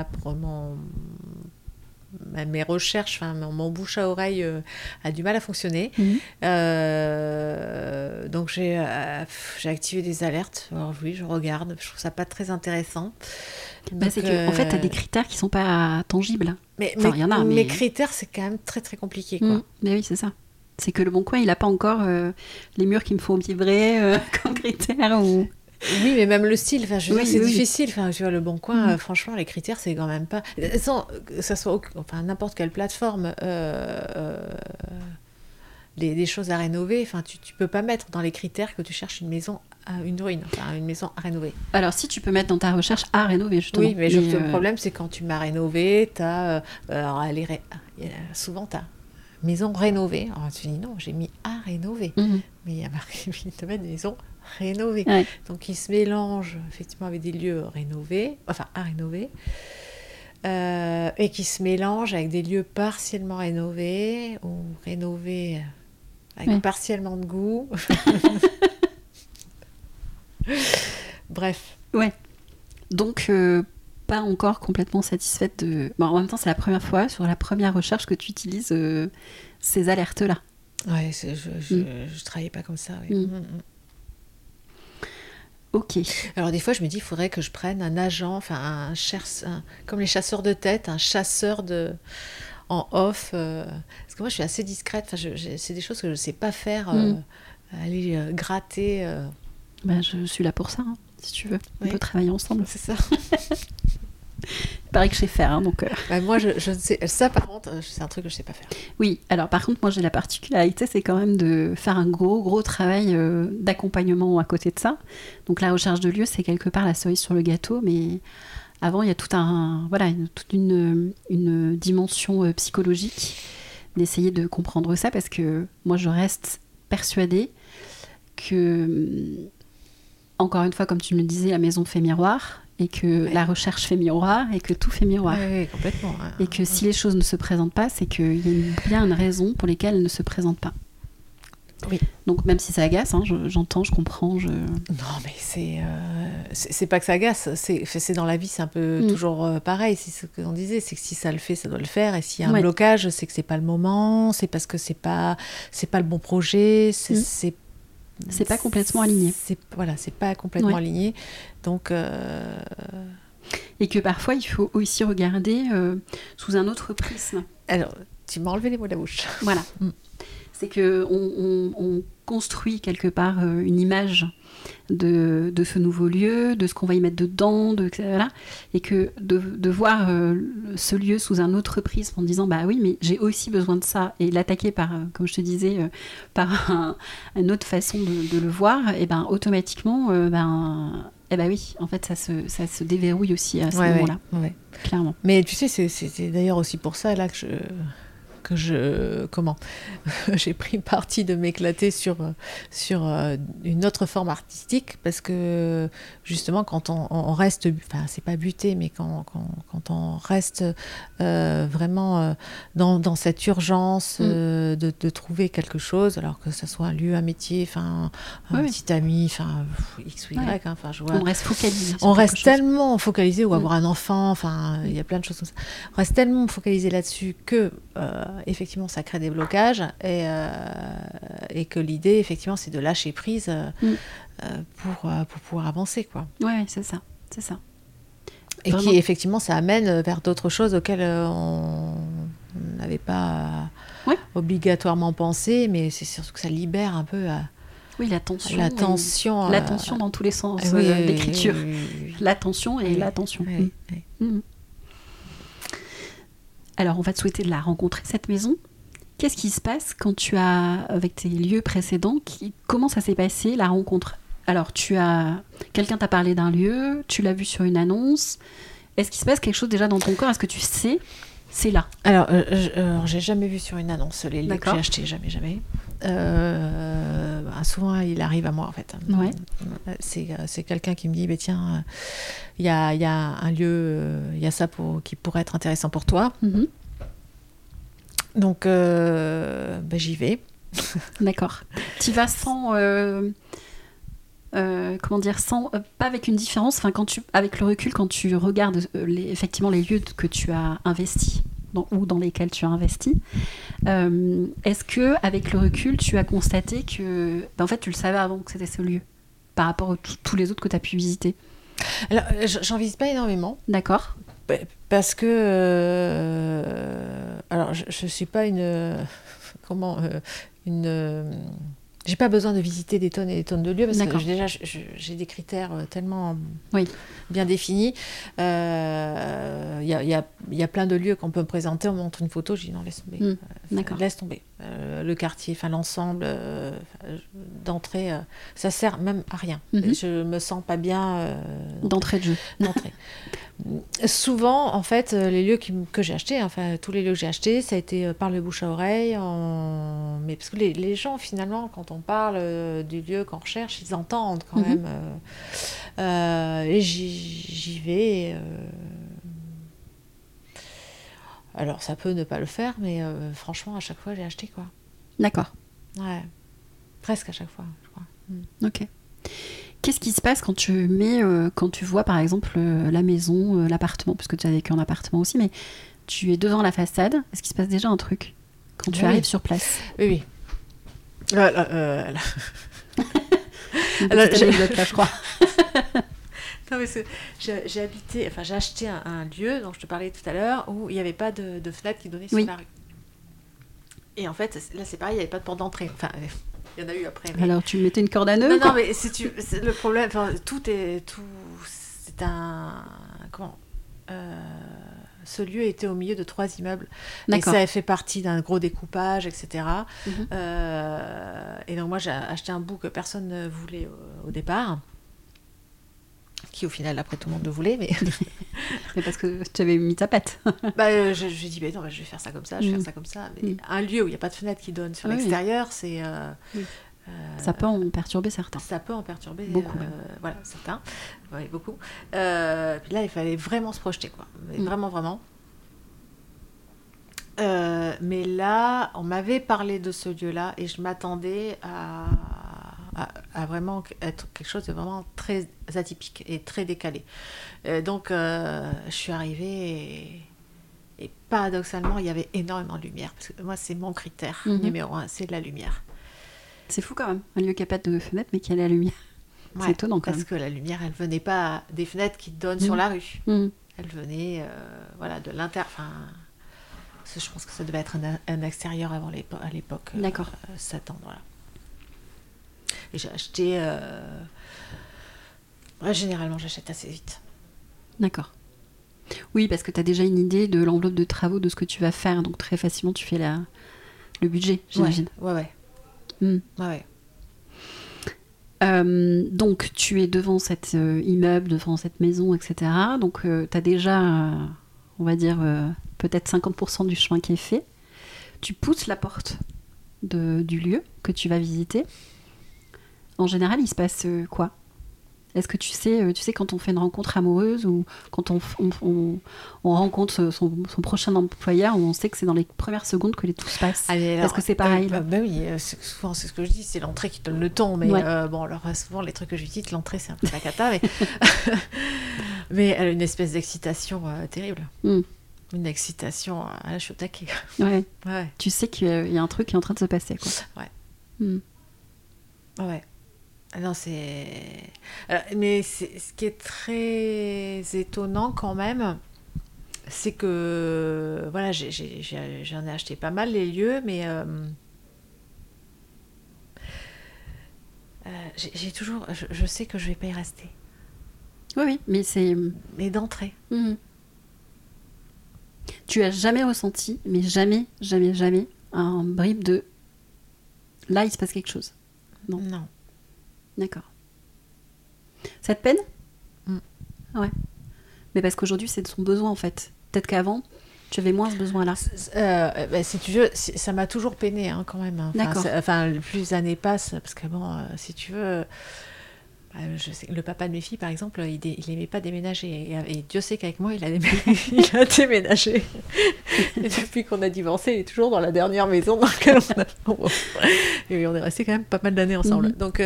B: mes recherches, mon bouche à oreille a du mal à fonctionner. Donc, j'ai activé des alertes. Alors, oui, je regarde. Je trouve ça pas très intéressant. Donc,
A: c'est que, en fait, tu as des critères qui sont pas tangibles.
B: Mais
A: y en a, mais...
B: mes critères, c'est quand même très, très compliqué, quoi.
A: Mais oui, c'est ça. C'est que le Bon Coin, il n'a pas encore les murs qui me font vibrer comme critères. Ou...
B: Oui, mais même le style, c'est difficile. Enfin, tu vois, le Bon Coin, franchement, les critères, c'est quand même pas... Sans que ça soit n'importe quelle plateforme, des choses à rénover, enfin, tu peux pas mettre dans les critères que tu cherches une maison une ruine, une maison à rénover. Alors,
A: si tu peux mettre dans ta recherche à rénover, justement.
B: Oui, mais le problème, c'est quand tu m'as rénové, souvent, tu as maison rénovée. Alors, tu dis non, j'ai mis à rénover. Mais il y a marqué des maisons rénovées. Ouais. Donc, ils se mélangent effectivement avec des lieux rénovés, à rénover. Et qui se mélangent avec des lieux partiellement rénovés ou rénovés avec partiellement de goût. Bref.
A: Ouais. Donc, pas encore complètement satisfaite de... Bon, en même temps, c'est la première fois, sur la première recherche, que tu utilises ces alertes-là.
B: Ouais, je travaillais pas comme ça. Oui.
A: Ok.
B: Alors, des fois, je me dis, il faudrait que je prenne un agent, comme les chasseurs de tête, un chasseur en off. Parce que moi, je suis assez discrète. C'est des choses que je ne sais pas faire. Aller gratter.
A: Je suis là pour ça, hein, si tu veux. On peut travailler ensemble.
B: C'est ça.
A: Il paraît que je sais faire, hein, donc...
B: moi, je ne sais... Ça, par contre, c'est un truc que je ne sais pas faire.
A: Oui, alors par contre, moi, j'ai la particularité, c'est quand même de faire un gros travail d'accompagnement à côté de ça. Donc, la recherche de lieu, c'est quelque part la cerise sur le gâteau, mais avant, il y a toute une dimension psychologique d'essayer de comprendre ça, parce que moi, je reste persuadée que, encore une fois, comme tu me le disais, la maison fait miroir, et que la recherche fait miroir, et que tout fait miroir.
B: Oui, complètement.
A: Et que si les choses ne se présentent pas, c'est qu'il y a bien une raison pour lesquelles elles ne se présentent pas. Oui. Donc même si ça agace, hein, j'entends, je comprends.
B: Non, mais c'est pas que ça agace, c'est dans la vie, c'est un peu toujours pareil. C'est ce qu'on disait, c'est que si ça le fait, ça doit le faire. Et s'il y a un blocage, c'est que c'est pas le moment, c'est parce que c'est pas le bon projet,
A: c'est pas complètement aligné.
B: C'est pas complètement aligné. Donc...
A: Et que parfois, il faut aussi regarder sous un autre prisme.
B: Alors, tu m'as enlevé les mots de la bouche.
A: Voilà. C'est que on construit quelque part une image de ce nouveau lieu, de ce qu'on va y mettre dedans, voilà, et que de voir ce lieu sous un autre prisme en disant bah oui, mais j'ai aussi besoin de ça, et l'attaquer par, comme je te disais, par une autre façon de le voir, et ben automatiquement, eh ben oui, en fait, ça se déverrouille aussi à ce moment-là, clairement.
B: Mais tu sais, c'est d'ailleurs aussi pour ça là j'ai pris parti de m'éclater sur une autre forme artistique, parce que justement quand on reste, enfin c'est pas buté, mais quand on reste vraiment dans cette urgence de trouver quelque chose, alors que ça soit un lieu, un métier, enfin un petit ami, enfin X ou Y, enfin je vois,
A: on reste focalisé,
B: on reste tellement focalisé, ou avoir un enfant, enfin il y a plein de choses comme ça, on reste tellement focalisé là-dessus que effectivement ça crée des blocages, et que l'idée effectivement c'est de lâcher prise pour pouvoir avancer, quoi.
A: Ouais, c'est ça.
B: Et vraiment, qui effectivement ça amène vers d'autres choses auxquelles on n'avait pas obligatoirement pensé, mais c'est surtout que ça libère un peu la tension
A: dans tous les sens d'écriture. L'attention et l'attention. Alors, on va te souhaiter de la rencontrer, cette maison. Qu'est-ce qui se passe quand tu as, avec tes lieux précédents, comment ça s'est passé, la rencontre ? Alors, quelqu'un t'a parlé d'un lieu, tu l'as vu sur une annonce. Est-ce qu'il se passe quelque chose déjà dans ton corps ? Est-ce que tu sais, c'est là ?
B: Alors, j'ai jamais vu sur une annonce les lieux que j'ai achetés, jamais. Souvent, il arrive à moi, en fait.
A: Ouais.
B: C'est quelqu'un qui me dit, tiens, il y a un lieu, il y a ça qui pourrait être intéressant pour toi. Mm-hmm. Donc, j'y vais.
A: D'accord. Tu vas sans... pas avec une différence, avec le recul, quand tu regardes effectivement les lieux que tu as investis, ou dans lesquels tu as investi, est-ce que avec le recul tu as constaté que en fait tu le savais avant que c'était ce lieu par rapport à tous les autres que tu as pu visiter?
B: Alors j'en visite pas énormément.
A: D'accord.
B: Parce que alors je suis pas j'ai pas besoin de visiter des tonnes et des tonnes de lieux, parce que déjà j'ai des critères tellement bien définis. Il y a plein de lieux qu'on peut me présenter, on me montre une photo, je dis non, laisse tomber. Laisse tomber. Le quartier, enfin l'ensemble d'entrée, ça sert même à rien. Je me sens pas bien
A: d'entrée de jeu.
B: Souvent, en fait, les lieux que j'ai achetés, enfin tous les lieux que j'ai achetés, ça a été par le bouche à oreille, mais parce que les gens, finalement, quand on parle du lieu qu'on recherche, ils entendent quand même. Et j'y vais. Alors, ça peut ne pas le faire, mais franchement, à chaque fois, j'ai acheté, quoi.
A: D'accord.
B: Ouais. Presque à chaque fois, je crois.
A: Ok. Qu'est-ce qui se passe quand tu vois par exemple la maison, l'appartement, parce que tu as vécu en appartement aussi, mais tu es devant la façade, est-ce qu'il se passe déjà un truc quand tu arrives sur place?
B: Oui.
A: Alors, je crois.
B: Non, mais j'ai acheté un lieu dont je te parlais tout à l'heure, où il n'y avait pas de fenêtre qui donnait sur la rue. Et en fait, là c'est pareil, il n'y avait pas de porte d'entrée. Enfin, il y en a eu après. Mais...
A: Alors, tu mettais une corde à nœud?
B: Non, mais c'est le problème. C'est un... Comment ce lieu était au milieu de 3 immeubles. D'accord. Et ça a fait partie d'un gros découpage, etc. Et donc, moi, j'ai acheté un bout que personne ne voulait au départ. Qui, au final, après, tout le monde le voulait. Mais
A: parce que tu avais mis ta patte.
B: J'ai dit, non, je vais faire ça comme ça, je vais faire ça comme ça. Mais un lieu où il n'y a pas de fenêtre qui donne sur l'extérieur, c'est...
A: ça peut en perturber certains.
B: Ça peut en perturber
A: beaucoup.
B: Voilà, certains. Oui, beaucoup. Puis là, il fallait vraiment se projeter, quoi. Vraiment. Mais là, on m'avait parlé de ce lieu-là et je m'attendais à vraiment être quelque chose de vraiment très atypique et très décalé. Donc, je suis arrivée et paradoxalement, il y avait énormément de lumière. Parce que moi, c'est mon critère numéro 1, c'est de la lumière.
A: C'est fou quand même, un lieu qui n'a pas de fenêtre mais qui a la lumière. C'est étonnant quand même.
B: Parce que la lumière, elle venait pas des fenêtres qui donnent sur la rue. Elle venait de l'intérieur. Enfin, je pense que ça devait être un extérieur à l'époque.
A: D'accord.
B: S'attendre, voilà. Et j'ai acheté... généralement, j'achète assez vite.
A: D'accord. Oui, parce que tu as déjà une idée de l'enveloppe de travaux, de ce que tu vas faire. Donc, très facilement, tu fais le budget, j'imagine.
B: Ouais. Ouais.
A: Donc, tu es devant cet immeuble, devant cette maison, etc. Donc, tu as déjà, on va dire, peut-être 50% du chemin qui est fait. Tu pousses la porte du lieu que tu vas visiter. En général, il se passe quoi ? Est-ce que tu sais quand on fait une rencontre amoureuse ou quand on rencontre son prochain employeur, on sait que c'est dans les premières secondes que tout se passe. Est-ce que c'est pareil
B: oui, souvent c'est ce que je dis, c'est l'entrée qui donne le ton. Mais alors souvent les trucs que je dis, l'entrée c'est un peu la cata, mais elle a une espèce d'excitation terrible. Une excitation, je suis au taquet.
A: Ouais. Tu sais qu'il y a un truc qui est en train de se passer, quoi.
B: Ouais. Ouais. Non, mais ce qui est très étonnant quand même, c'est que voilà, j'en ai acheté pas mal les lieux, mais j'ai toujours, je sais que je vais pas y rester.
A: Oui, mais c'est.
B: Mais d'entrée.
A: Tu as jamais ressenti, mais jamais, un bribe de là il se passe quelque chose.
B: Non.
A: D'accord. Ça te peine ? Ouais. Mais parce qu'aujourd'hui, c'est de son besoin, en fait. Peut-être qu'avant, tu avais moins ce besoin-là.
B: Si tu veux, ça m'a toujours peiné, quand même.
A: D'accord.
B: Plus les années passent, parce que si tu veux... je sais, le papa de mes filles, par exemple, il aimait pas déménager. Et Dieu sait qu'avec moi, il a déménagé. Et depuis qu'on a divorcé, il est toujours dans la dernière maison dans laquelle et on est resté quand même pas mal d'années ensemble. Donc,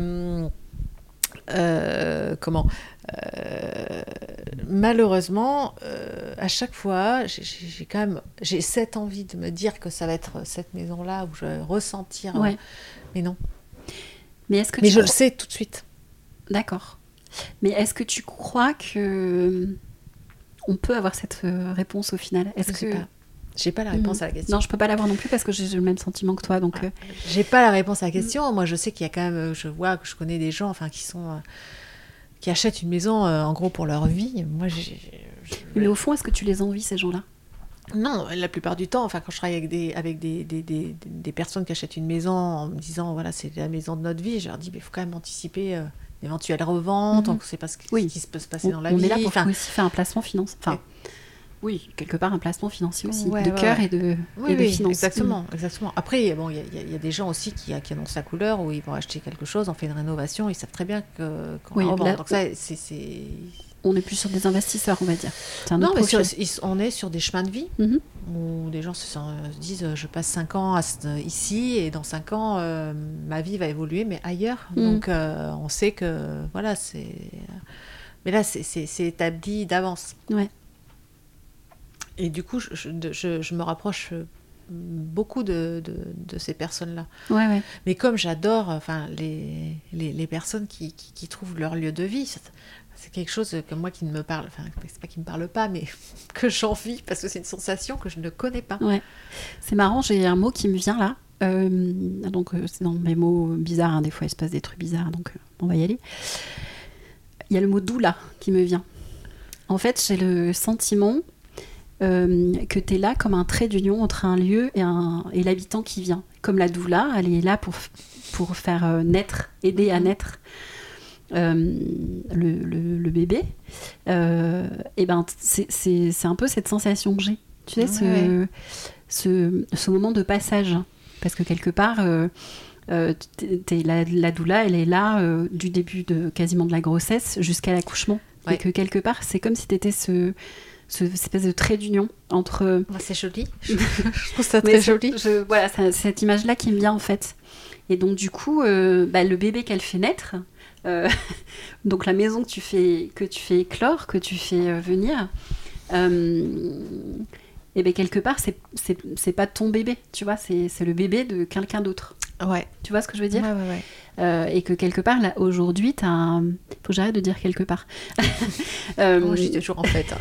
B: malheureusement, à chaque fois, j'ai cette envie de me dire que ça va être cette maison-là où je vais ressentir. Mais non. Mais je le sais tout de suite.
A: D'accord. Mais est-ce que tu crois que on peut avoir cette réponse au final ?
B: J'ai pas la réponse à la question.
A: Non, je peux pas l'avoir non plus parce que j'ai le même sentiment que toi. Donc,
B: j'ai pas la réponse à la question. Moi, je sais qu'il y a quand même, je connais des gens, qui achètent une maison en gros pour leur vie. Moi,
A: mais au fond, est-ce que tu les envies ces gens-là ?
B: Non, la plupart du temps, quand je travaille avec des personnes qui achètent une maison en me disant voilà, c'est la maison de notre vie, je leur dis il faut quand même anticiper l'éventuelle revente, on ne sait pas ce qui peut se passer dans la vie.
A: On est là pour aussi faire un placement financier. Oui, quelque part un placement financier aussi, de cœur et de finance.
B: Exactement. Après, il y a des gens aussi qui annoncent la couleur, où ils vont acheter quelque chose, on fait une rénovation, ils savent très bien qu'on revend. Donc ça, c'est...
A: On n'est plus sur des investisseurs, on va dire.
B: Non, mais on est sur des chemins de vie où des gens se disent je passe 5 ans ici et dans 5 ans, ma vie va évoluer, mais ailleurs. Donc, on sait que, voilà, c'est... Mais là, c'est établi d'avance.
A: Ouais.
B: Et du coup, je me rapproche beaucoup de ces personnes-là.
A: Ouais.
B: Mais comme j'adore les personnes qui trouvent leur lieu de vie, c'est quelque chose que moi qui ne me parle, c'est pas qui me parle pas, mais que j'envie parce que c'est une sensation que je ne connais pas.
A: Ouais. C'est marrant, j'ai un mot qui me vient là. Donc c'est dans mes mots bizarres, des fois il se passe des trucs bizarres, donc on va y aller. Il y a le mot doula qui me vient. En fait, j'ai le sentiment que tu es là comme un trait d'union entre un lieu et l'habitant qui vient. Comme la doula, elle est là pour faire naître, aider à naître le bébé. Et ben c'est un peu cette sensation que j'ai. Tu sais, ce moment de passage. Parce que quelque part, la doula, elle est là du début quasiment de la grossesse jusqu'à l'accouchement. Et que quelque part, c'est comme si tu étais cette espèce de trait d'union entre...
B: C'est joli. Je trouve ça très joli.
A: Voilà, c'est cette image-là qui me vient en fait. Et donc du coup, le bébé qu'elle fait naître, donc la maison que tu fais éclore, que tu fais venir, et bien quelque part, c'est pas ton bébé, tu vois, c'est le bébé de quelqu'un d'autre.
B: Ouais.
A: Tu vois ce que je veux dire ?
B: Ouais.
A: Et que quelque part, là, aujourd'hui, faut que j'arrête de dire quelque part.
B: Moi, j'étais toujours en fait.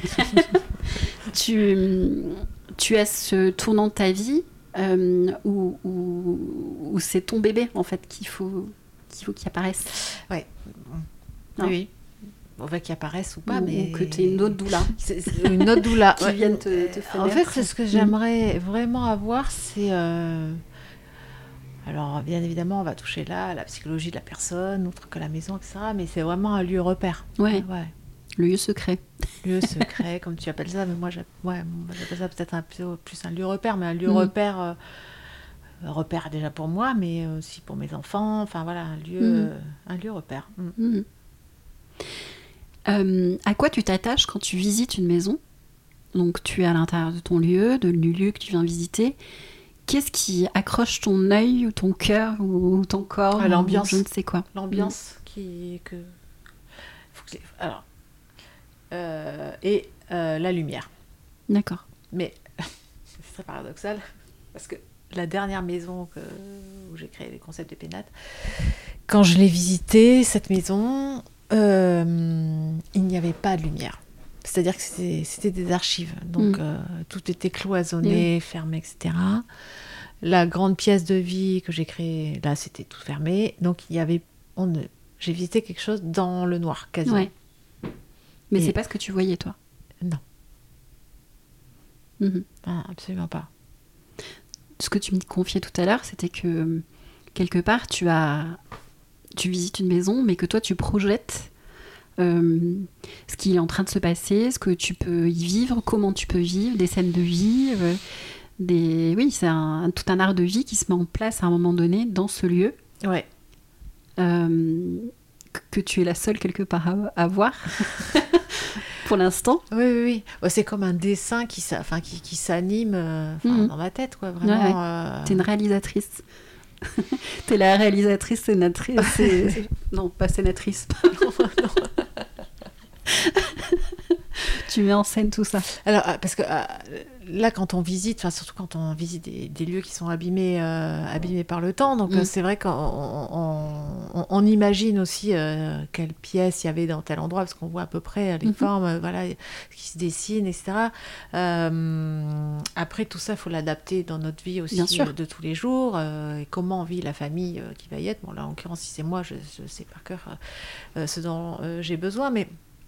A: Tu as ce tournant de ta vie où c'est ton bébé, en fait, qu'il faut qu'il faut qu'il apparaisse.
B: Ouais.
A: Non.
B: Oui. On va qu'il apparaisse ou pas, mais...
A: Ou que tu aies une autre doula.
B: Une autre doula.
A: Qui vienne te faire.
B: En fait, c'est ce que j'aimerais vraiment avoir, c'est... Alors, bien évidemment, on va toucher là à la psychologie de la personne, autre que la maison, etc. Mais c'est vraiment un lieu repère.
A: Ouais. Le lieu secret.
B: Lieu secret, comme tu appelles ça. Mais moi, j'appelle ça peut-être un peu plus un lieu repère, mais un lieu repère... repère déjà pour moi, mais aussi pour mes enfants. Enfin, voilà, un lieu repère.
A: À quoi tu t'attaches quand tu visites une maison? Donc, tu es à l'intérieur de ton lieu, du lieu que tu viens visiter. Qu'est-ce qui accroche ton œil ou ton cœur ou ton corps?
B: L'ambiance.
A: Je ne sais quoi.
B: L'ambiance Alors, et la lumière.
A: D'accord.
B: Mais c'est très paradoxal parce que la dernière maison où j'ai créé les concepts des pénates, quand je l'ai visitée, cette maison, il n'y avait pas de lumière. C'est-à-dire que c'était des archives. Donc, tout était cloisonné, fermé, etc. La grande pièce de vie que j'ai créée, là, c'était tout fermé. Donc, j'ai visité quelque chose dans le noir, quasiment.
A: Ouais. Mais c'est pas ce que tu voyais, toi?
B: Non. Ah, absolument pas.
A: Ce que tu me confiais tout à l'heure, c'était que, quelque part, tu visites une maison, mais que toi, tu projettes ce qui est en train de se passer, ce que tu peux y vivre, comment tu peux vivre, des scènes de vie, oui, c'est tout un art de vie qui se met en place à un moment donné dans ce lieu.
B: Ouais.
A: Que tu es la seule quelque part à voir pour l'instant.
B: Oui. Ouais, c'est comme un dessin qui s'anime dans ma tête, quoi, vraiment.
A: Ouais. T'es une réalisatrice. T'es la réalisatrice, sénatrice. Non, pas sénatrice. Non. Tu mets en scène tout ça.
B: Alors, parce que là, quand on visite, surtout quand on visite des lieux qui sont abîmés par le temps, donc c'est vrai qu'on imagine aussi quelle pièce il y avait dans tel endroit, parce qu'on voit à peu près les formes qui se dessinent, etc. Après, tout ça, il faut l'adapter dans notre vie aussi de tous les jours, et comment vit la famille qui va y être. Bon, là, en l'occurrence, si c'est moi, je sais par cœur ce dont j'ai besoin, mais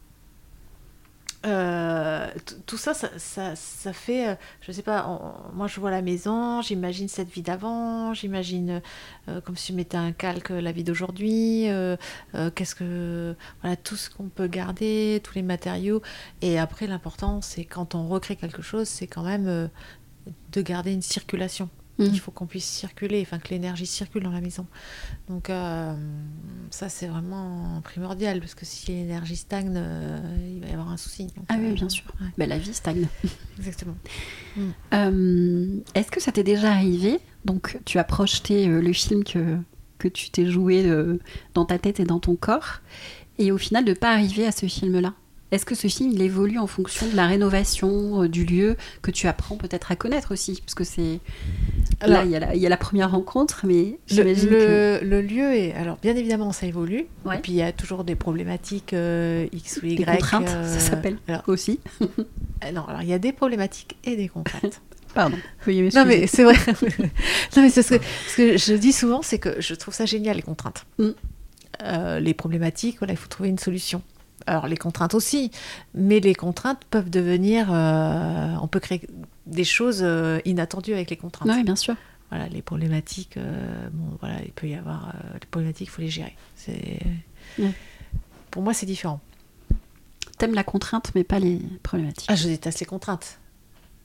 B: tout ça fait, je sais pas, moi je vois la maison, j'imagine cette vie d'avant, j'imagine comme si je mettais un calque la vie d'aujourd'hui, tout ce qu'on peut garder, tous les matériaux, et après l'important c'est quand on recrée quelque chose, c'est quand même de garder une circulation. Il faut qu'on puisse circuler, que l'énergie circule dans la maison. Donc ça, c'est vraiment primordial, parce que si l'énergie stagne, il va y avoir un souci. Donc,
A: oui, bien sûr. Ouais. La vie stagne.
B: Exactement.
A: Est-ce que ça t'est déjà arrivé? Donc, tu as projeté le film que tu t'es joué dans ta tête et dans ton corps, et au final, de ne pas arriver à ce film-là? Est-ce que ce film, il évolue en fonction de la rénovation du lieu que tu apprends peut-être à connaître aussi? Parce que c'est... Alors, là, il y a la première rencontre, mais j'imagine
B: le lieu est... Alors, bien évidemment, ça évolue.
A: Ouais.
B: Et puis, il y a toujours des problématiques X ou Y.
A: Des contraintes, ça s'appelle aussi.
B: Non, alors, il y a des problématiques et des contraintes.
A: Pardon, veuillez m'excuser.
B: Non, mais c'est vrai. Non, mais ce que je dis souvent, c'est que je trouve ça génial, les contraintes. Les problématiques, il faut trouver une solution. Alors, les contraintes aussi, mais les contraintes peuvent devenir... on peut créer des choses inattendues avec les contraintes.
A: Oui, bien sûr.
B: Voilà, les problématiques, il peut y avoir... les problématiques, il faut les gérer. Pour moi, c'est différent.
A: T'aimes la contrainte, mais pas les problématiques.
B: Ah, je déteste les contraintes.
A: Ah ?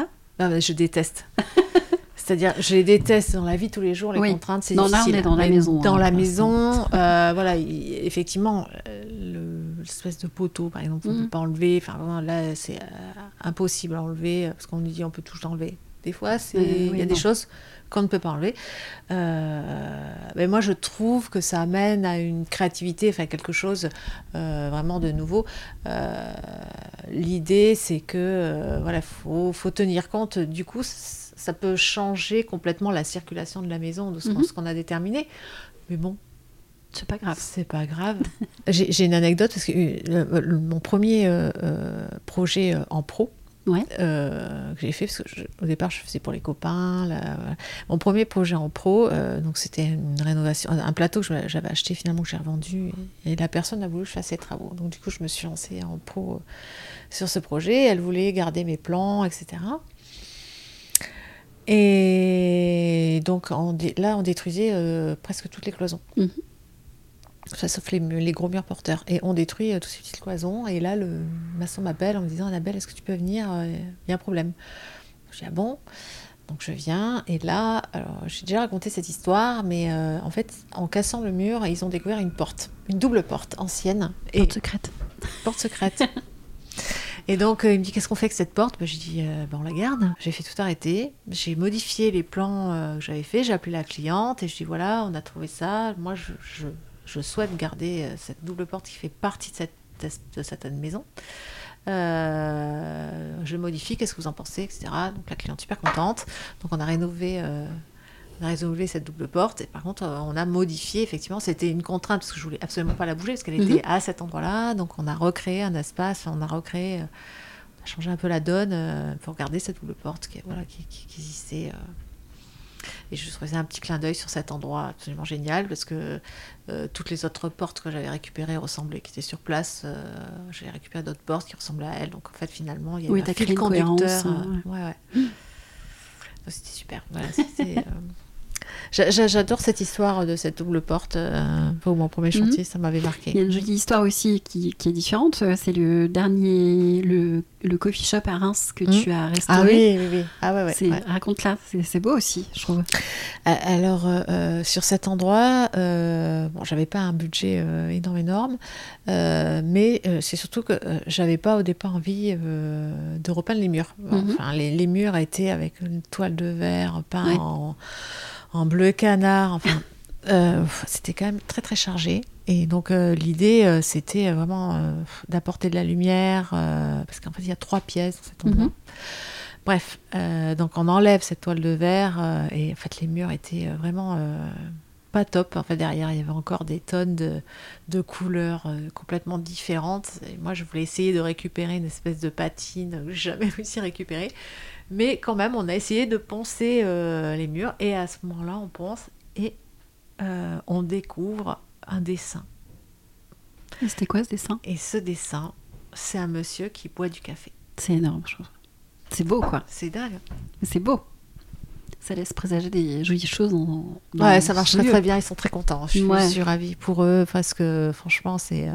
B: Non, mais je déteste. C'est-à-dire, je les déteste dans la vie tous les jours, les contraintes, c'est difficile.
A: Là, on est dans la maison.
B: Dans la maison, effectivement, l'espèce de poteau, par exemple, on ne peut pas enlever. Enfin, vraiment, là, c'est impossible à enlever, parce qu'on nous dit on peut tout enlever. Des fois, il y a des choses qu'on ne peut pas enlever. Mais moi, je trouve que ça amène à une créativité, quelque chose vraiment de nouveau. L'idée, c'est que, faut tenir compte, du coup, ça peut changer complètement la circulation de la maison, de ce qu'on a déterminé. Mais bon,
A: c'est pas grave.
B: C'est pas grave. J'ai une anecdote, parce que mon premier projet en pro,
A: Ouais.
B: Que j'ai fait parce que au départ je faisais pour les copains. Mon premier projet en pro, donc c'était une rénovation, un plateau que j'avais acheté finalement que j'ai revendu et la personne a voulu que je fasse les travaux. Donc du coup je me suis lancée en pro sur ce projet. Elle voulait garder mes plans, etc. Et donc là on détruisait presque toutes les cloisons. Ça, sauf les gros murs porteurs. Et on détruit toutes ces petites cloisons. Et là, le maçon m'appelle en me disant « Annabelle, est-ce que tu peux venir ? Il y a un problème. » Je dis « Ah bon ?» Donc je viens. Et là, alors, j'ai déjà raconté cette histoire, mais en fait, en cassant le mur, ils ont découvert une porte. Une double porte ancienne.
A: Porte secrète.
B: Porte secrète. Et donc, il me dit « Qu'est-ce qu'on fait avec cette porte ?» Je dis « On la garde. » J'ai fait tout arrêter. J'ai modifié les plans que j'avais fait. J'ai appelé la cliente et je dis « Voilà, on a trouvé ça. Moi, je souhaite garder cette double porte qui fait partie de cette maison. Je modifie, qu'est-ce que vous en pensez, etc. » Donc la cliente super contente. Donc on a rénové cette double porte. Et par contre, on a modifié, effectivement, c'était une contrainte parce que je voulais absolument pas la bouger parce qu'elle était à cet endroit-là. Donc on a recréé un espace, on a changé un peu la donne pour garder cette double porte qui existait. Et je faisais un petit clin d'œil sur cet endroit absolument génial parce que toutes les autres portes que j'avais récupérées qui étaient sur place. J'ai récupéré d'autres portes qui ressemblaient à elles. Donc en fait, finalement, il y a un fil conducteur. Ouais. Donc, c'était super. Voilà, j'adore cette histoire de cette double porte. Pour mon premier chantier, ça m'avait marqué.
A: Il y a une jolie histoire aussi qui est différente. C'est le dernier, le coffee shop à Reims que tu as restauré.
B: Ah oui. Ah ouais.
A: Raconte-la, c'est beau aussi, je trouve.
B: Alors, sur cet endroit, j'avais pas un budget énorme, mais c'est surtout que j'avais pas au départ envie de repeindre les murs. Enfin, les murs étaient avec une toile de verre peint en bleu canard, enfin, c'était quand même très très chargé. Et donc l'idée, c'était vraiment d'apporter de la lumière, parce qu'en fait il y a 3 pièces dans cet endroit. Bref, donc on enlève cette toile de verre, et en fait les murs étaient vraiment pas top. En fait derrière il y avait encore des tonnes de couleurs complètement différentes. Et moi je voulais essayer de récupérer une espèce de patine que j'ai jamais réussi à récupérer. Mais quand même, on a essayé de poncer les murs. Et à ce moment-là, on ponce et on découvre un dessin.
A: Et c'était quoi ce dessin ?
B: Et ce dessin, c'est un monsieur qui boit du café.
A: C'est énorme, je trouve. C'est beau, quoi.
B: C'est dingue.
A: Mais c'est beau. Ça laisse présager des jolies choses.
B: Ouais, ça marche très bien. Ils sont très contents. Je suis ravie pour eux parce que franchement, c'est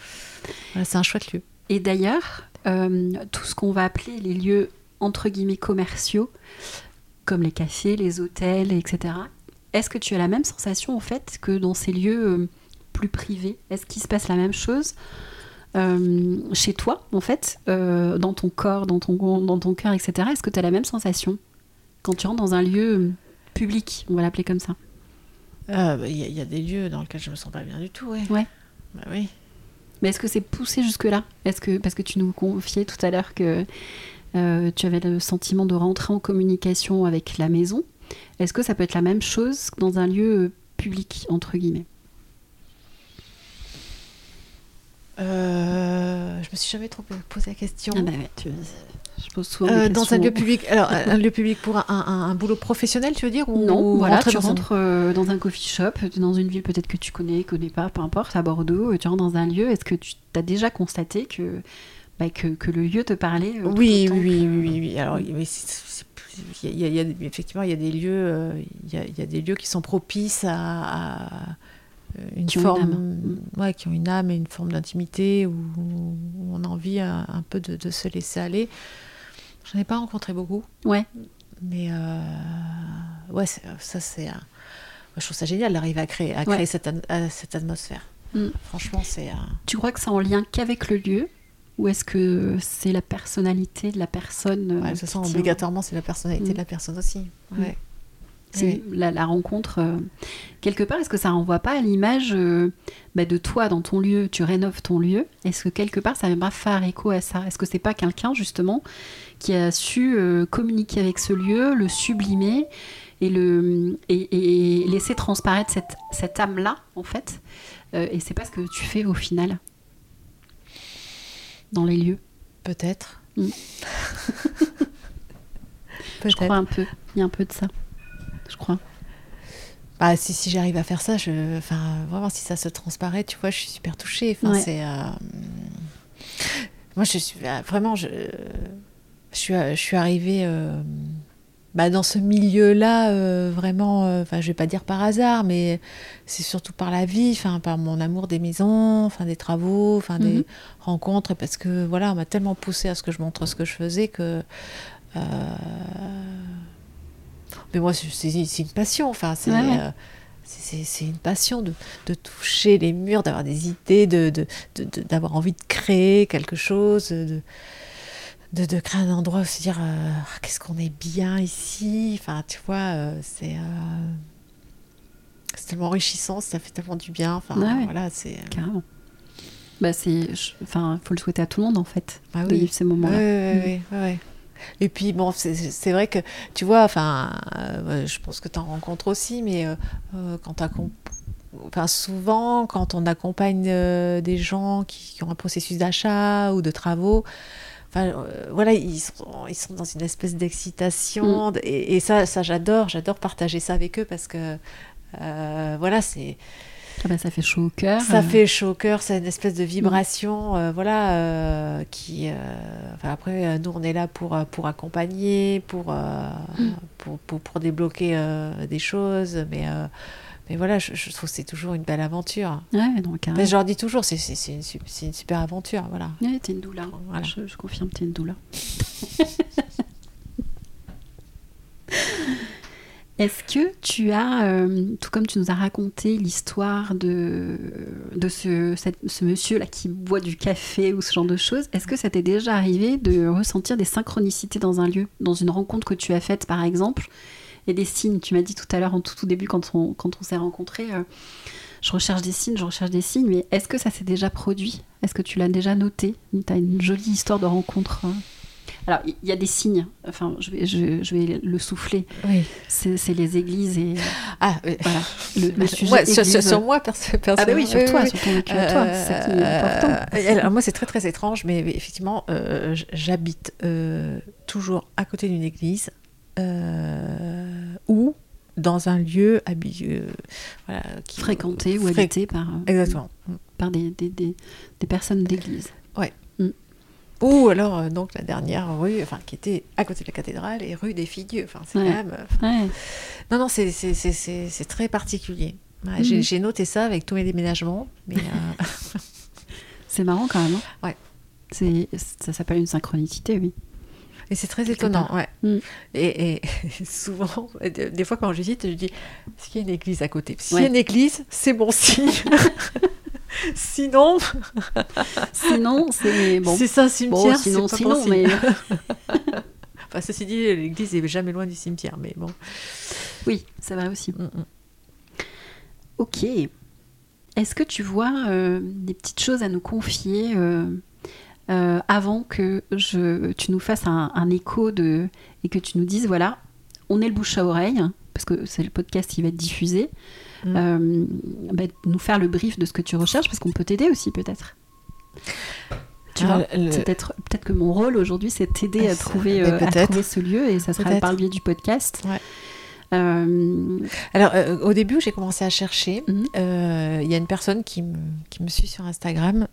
B: un chouette lieu.
A: Et d'ailleurs, tout ce qu'on va appeler les lieux entre guillemets commerciaux, comme les cafés, les hôtels, etc. Est-ce que tu as la même sensation en fait que dans ces lieux plus privés ? Est-ce qu'il se passe la même chose chez toi en fait, dans ton corps, dans ton cœur, etc. Est-ce que tu as la même sensation quand tu rentres dans un lieu public, on va l'appeler comme ça ?
B: Y a des lieux dans lesquels je me sens pas bien du tout, ouais. Bah oui.
A: Mais est-ce que c'est poussé jusque-là ? Parce que tu nous confiais tout à l'heure que tu avais le sentiment de rentrer en communication avec la maison. Est-ce que ça peut être la même chose dans un lieu public, entre guillemets ?
B: Je me suis jamais trop posé la question.
A: Ah bah ouais, je pose souvent des questions.
B: Dans un lieu public, alors un lieu public pour un boulot professionnel, tu veux dire, ou
A: non, voilà, tu rentres dans un coffee shop, dans une ville peut-être que tu connais pas, peu importe, à Bordeaux, tu rentres dans un lieu, est-ce que tu as déjà constaté que le lieu te parlait
B: Oui. Alors, effectivement, il y a des lieux, il y a des lieux qui sont propices à une forme, qui ont une âme et une forme d'intimité où on a envie un peu de se laisser aller. J'en ai pas rencontré beaucoup.
A: Ouais.
B: Mais ça c'est. Je trouve ça génial d'arriver à créer cette atmosphère. Franchement, c'est.
A: Tu crois que c'est en lien qu'avec le lieu ? Ou est-ce que c'est la personnalité de la personne
B: ça sent obligatoirement, c'est la personnalité de la personne aussi. Ouais.
A: C'est la rencontre. Quelque part, est-ce que ça renvoie pas à l'image de toi dans ton lieu ? Tu rénoves ton lieu. Est-ce que quelque part, ça va pas faire écho à ça ? Est-ce que c'est pas quelqu'un, justement, qui a su communiquer avec ce lieu, le sublimer et laisser transparaître cette âme-là, en fait ? Et c'est pas ce que tu fais au final dans les lieux.
B: Peut-être.
A: Je crois un peu. Il y a un peu de ça. Je crois.
B: Bah, si j'arrive à faire ça, vraiment, si ça se transparaît, tu vois, je suis super touchée. Enfin, c'est... Moi, je suis vraiment... Je suis arrivée dans ce milieu-là, vraiment... je vais pas dire par hasard, mais c'est surtout par la vie, par mon amour des maisons, des travaux, des rencontres, parce que, voilà, on m'a tellement poussée à ce que je montre ce que je faisais que... Mais moi, c'est une passion, c'est une passion de toucher les murs, d'avoir des idées, d'avoir envie de créer quelque chose, de créer un endroit où se dire qu'est-ce qu'on est bien ici. Tu vois, c'est tellement enrichissant, ça fait tellement du bien. Voilà, c'est
A: carrément. Faut le souhaiter à tout le monde en fait, de
B: oui.
A: vivre ces moments-là.
B: Ouais. Et puis bon, c'est vrai que tu vois, je pense que tu en rencontres aussi, mais souvent quand on accompagne des gens qui ont un processus d'achat ou de travaux, voilà, ils sont dans une espèce d'excitation et ça j'adore partager ça avec eux parce que voilà, c'est
A: ça fait chaud au cœur.
B: Ça fait chaud au cœur, c'est une espèce de vibration, qui... après, nous, on est là pour accompagner, pour débloquer des choses, mais voilà, je trouve que c'est toujours une belle aventure.
A: Ouais, donc,
B: je leur dis toujours, c'est une super aventure, voilà.
A: Ouais, t'es une doula. Voilà. Je confirme, t'es une doula. Est-ce que tu as, tout comme tu nous as raconté l'histoire de ce monsieur-là qui boit du café ou ce genre de choses, est-ce que ça t'est déjà arrivé de ressentir des synchronicités dans un lieu, dans une rencontre que tu as faite par exemple, et des signes? Tu m'as dit tout à l'heure, en tout début, quand on s'est rencontrés, je recherche des signes, mais est-ce que ça s'est déjà produit? Est-ce que tu l'as déjà noté? Tu as une jolie histoire de rencontre Alors, il y a des signes, je vais le souffler.
B: Oui.
A: C'est les églises et... voilà, le sujet
B: ouais,
A: église.
B: Sur moi, personnellement.
A: Ah bah oui, sur toi, sur ton vécu à toi, c'est ça qui est important.
B: Alors moi, c'est très très étrange, mais effectivement, j'habite toujours à côté d'une église ou dans un lieu voilà,
A: fréquenté ou habité par...
B: Exactement.
A: Par des personnes d'église.
B: Ouais. Ou alors, donc, la dernière rue, qui était à côté de la cathédrale, et rue des Filles-Dieu. C'est quand même... Non, c'est très particulier. Ouais, j'ai noté ça avec tous mes déménagements. Mais
A: c'est marrant quand même. Hein.
B: Ouais.
A: Ça s'appelle une synchronicité, oui.
B: Et c'est très étonnant, ouais. Et souvent, des fois quand je visite, je dis, est-ce qu'il y a une église à côté? S'il y a une église, c'est bon signe. Sinon, c'est bon. C'est ça, cimetière.
A: Bon,
B: sinon,
A: mais...
B: ceci dit, l'église est jamais loin du cimetière, mais bon.
A: Oui, c'est vrai aussi. Ok. Est-ce que tu vois des petites choses à nous confier avant que tu nous fasses un écho et que tu nous dises, voilà, on est le bouche à oreille, parce que c'est le podcast qui va être diffusé. Nous faire le brief de ce que tu recherches, parce qu'on peut t'aider aussi peut-être. Tu vois, peut-être que mon rôle aujourd'hui c'est t'aider à trouver ce lieu, et ça sera par le biais du podcast.
B: Alors au début j'ai commencé à chercher. Y a une personne qui me suit sur Instagram,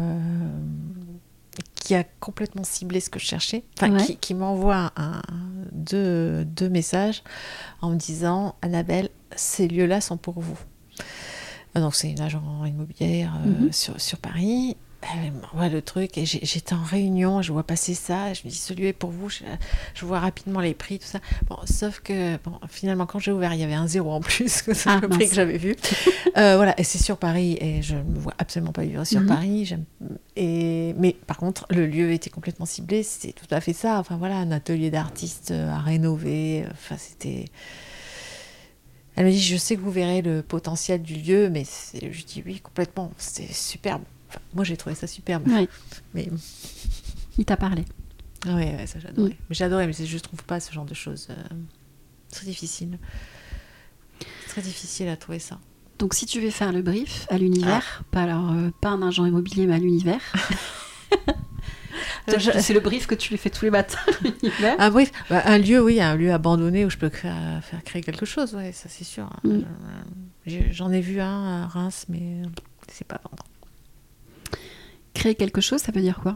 B: qui a complètement ciblé ce que je cherchais, qui m'envoie deux messages en me disant, Annabelle, ces lieux-là sont pour vous. Donc c'est une agent immobilière sur Paris. Elle m'envoie le truc et j'étais en réunion, je vois passer ça, je me dis, ce lieu est pour vous, je vois rapidement les prix, tout ça. Bon, sauf que finalement quand j'ai ouvert, il y avait un 0 en plus que le prix que j'avais vu. Voilà, et c'est sur Paris et je ne me vois absolument pas vivre sur Paris. Mais par contre, le lieu était complètement ciblé, c'était tout à fait ça. Voilà, un atelier d'artiste à rénover. C'était... Elle me dit, je sais que vous verrez le potentiel du lieu, mais je dis oui, complètement, c'était superbe. Moi, j'ai trouvé ça superbe.
A: Ouais.
B: Mais...
A: Il t'a parlé.
B: Oui, ça j'adorais. Mais j'adorais, mais je ne trouve pas ce genre de choses. Très difficile. Très difficile à trouver ça.
A: Donc, si tu veux faire le brief à l'univers, pas un agent immobilier, mais à l'univers. C'est le brief que tu lui fais tous les matins.
B: Un brief, un lieu abandonné où je peux faire créer quelque chose, ouais, ça c'est sûr. J'en ai vu un à Reims, mais c'est pas vendre.
A: Créer quelque chose, ça veut dire quoi ?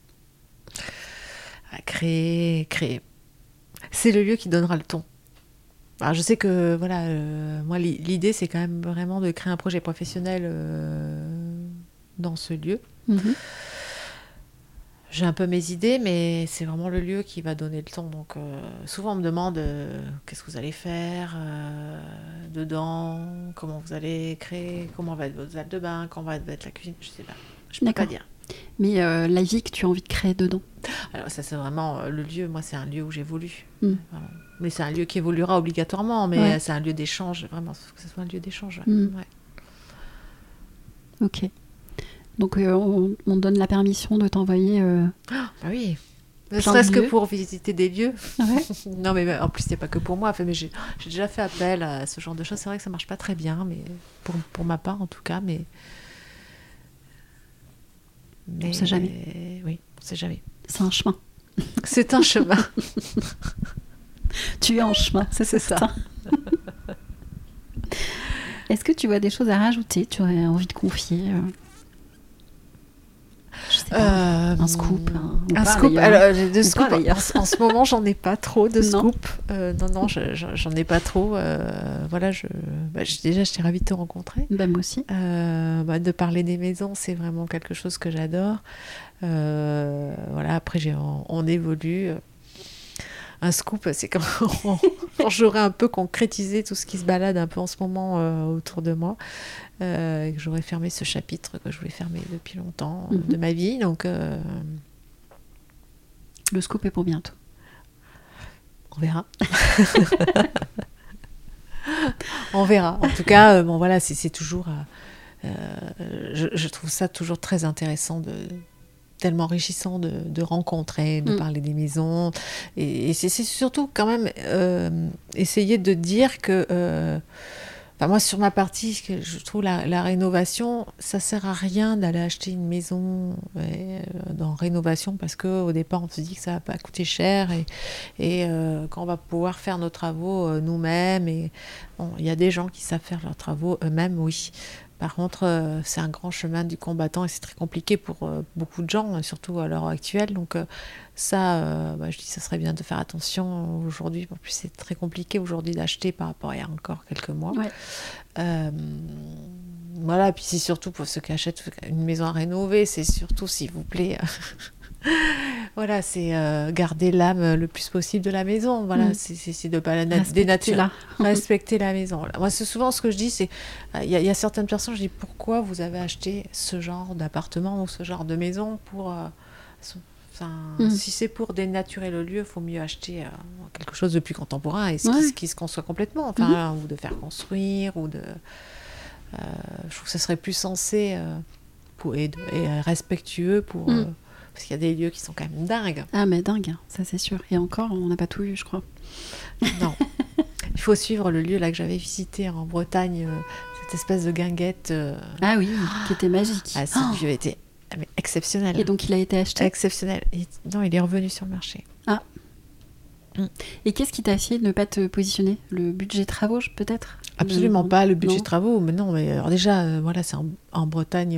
B: Créer. C'est le lieu qui donnera le ton. Alors je sais que voilà, moi l'idée c'est quand même vraiment de créer un projet professionnel dans ce lieu. J'ai un peu mes idées, mais c'est vraiment le lieu qui va donner le ton. Donc souvent on me demande qu'est-ce que vous allez faire dedans, comment vous allez créer, comment va être votre salle de bain, comment va être la cuisine, je sais pas. Je peux pas dire.
A: Mais la vie que tu as envie de créer dedans.
B: Alors ça c'est vraiment le lieu, moi c'est un lieu où j'évolue. Mais c'est un lieu qui évoluera obligatoirement, mais c'est un lieu d'échange, vraiment, faut que ce soit un lieu d'échange. Ouais.
A: Ok. Donc on donne la permission de t'envoyer...
B: Bah oui, ne serait-ce que pour visiter des lieux. Ouais. Non mais en plus c'est pas que pour moi, mais j'ai déjà fait appel à ce genre de choses, c'est vrai que ça marche pas très bien, mais pour ma part en tout cas, mais
A: on sait jamais.
B: Oui, on sait jamais.
A: C'est un chemin.
B: C'est un chemin.
A: Tu es en chemin, c'est ça. Est-ce que tu vois des choses à rajouter ? Tu aurais envie de confier je sais pas, un scoop.
B: Un scoop. Alors, j'ai deux scoops. En ce moment, j'en ai pas trop de scoop. Non, j'en ai pas trop. Voilà, déjà, j'étais ravie de te rencontrer.
A: Moi aussi.
B: De parler des maisons, c'est vraiment quelque chose que j'adore. Voilà, après, on évolue. Un scoop, c'est quand j'aurais un peu concrétisé tout ce qui se balade un peu en ce moment autour de moi, et que j'aurais fermé ce chapitre que je voulais fermer depuis longtemps de ma vie. Donc,
A: le scoop est pour bientôt.
B: On verra. On verra. En tout cas, voilà, c'est toujours... je trouve ça toujours très intéressant tellement enrichissant de rencontrer, de parler des maisons. Et c'est surtout quand même essayer de dire que... moi, sur ma partie, je trouve la rénovation, ça sert à rien d'aller acheter une maison dans rénovation parce qu'au départ, on se dit que ça va pas coûter cher et qu'on va pouvoir faire nos travaux nous-mêmes. Et il y a des gens qui savent faire leurs travaux eux-mêmes, oui. Par contre, c'est un grand chemin du combattant et c'est très compliqué pour beaucoup de gens, surtout à l'heure actuelle. Donc je dis ça serait bien de faire attention aujourd'hui. En plus, c'est très compliqué aujourd'hui d'acheter par rapport à il y a encore quelques mois. Ouais. Voilà, et puis c'est surtout pour ceux qui achètent une maison à rénover, c'est surtout, s'il vous plaît... Voilà, c'est garder l'âme le plus possible de la maison. Voilà, c'est de pas la dénaturer, respecter la maison. Voilà. Moi, c'est souvent ce que je dis, c'est il y a certaines personnes, je dis pourquoi vous avez acheté ce genre d'appartement ou ce genre de maison pour si c'est pour dénaturer le lieu, il faut mieux acheter quelque chose de plus contemporain et qui se conçoit complètement, ou de faire construire ou de je trouve que ce serait plus sensé et respectueux pour parce qu'il y a des lieux qui sont quand même dingues.
A: Ah, mais dingue, ça c'est sûr. Et encore, on n'a pas tout vu, je crois.
B: Non. Il faut suivre le lieu là que j'avais visité en Bretagne, cette espèce de guinguette.
A: Ah oui, qui était magique.
B: Ah, ce lieu était exceptionnel.
A: Et donc il a été acheté ?
B: Exceptionnel. Non, il est revenu sur le marché.
A: Ah. Et qu'est-ce qui t'a fait de ne pas te positionner ? Le budget travaux, peut-être ?
B: Absolument pas le budget travaux, mais non. Mais alors déjà, voilà, c'est en Bretagne.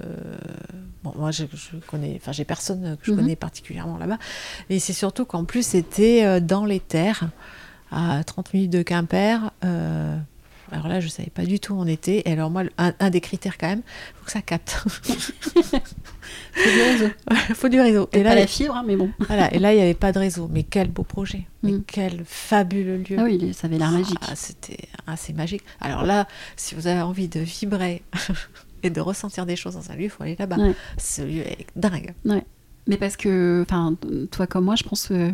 B: Moi, je connais, j'ai personne que je connais particulièrement là-bas. Et c'est surtout qu'en plus, c'était dans les terres, à 30 minutes de Quimper. Alors là, je savais pas du tout où on était. Et alors moi, un des critères quand même, faut que ça capte.
A: Faut du réseau.
B: Faut du réseau.
A: Et là, pas la fibre, mais bon.
B: Voilà. Et là, il y avait pas de réseau. Mais quel beau projet. Mais quel fabuleux lieu.
A: Ah oui, ça avait l'air magique.
B: C'était assez magique. Alors là, si vous avez envie de vibrer et de ressentir des choses dans un lieu, il faut aller là-bas. Ouais. Ce lieu est dingue.
A: Ouais. Mais parce que, toi comme moi, je pense que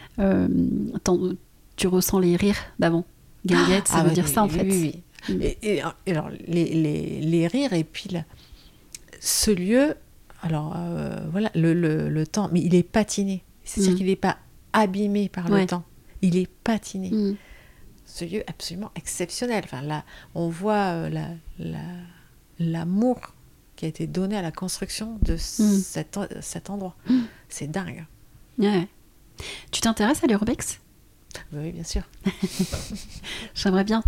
A: tu ressens les rires d'avant. Guinguette, ça veut dire ça en fait.
B: Oui. Et alors, les rires, et puis ce lieu, alors voilà, le temps, mais il est patiné. C'est-à-dire qu'il n'est pas abîmé par le temps. Il est patiné. Ce lieu absolument exceptionnel. Là, on voit l'amour qui a été donné à la construction de cet endroit. C'est dingue.
A: Ouais. Tu t'intéresses à l'urbex ?
B: Oui, bien sûr.
A: J'aimerais bien...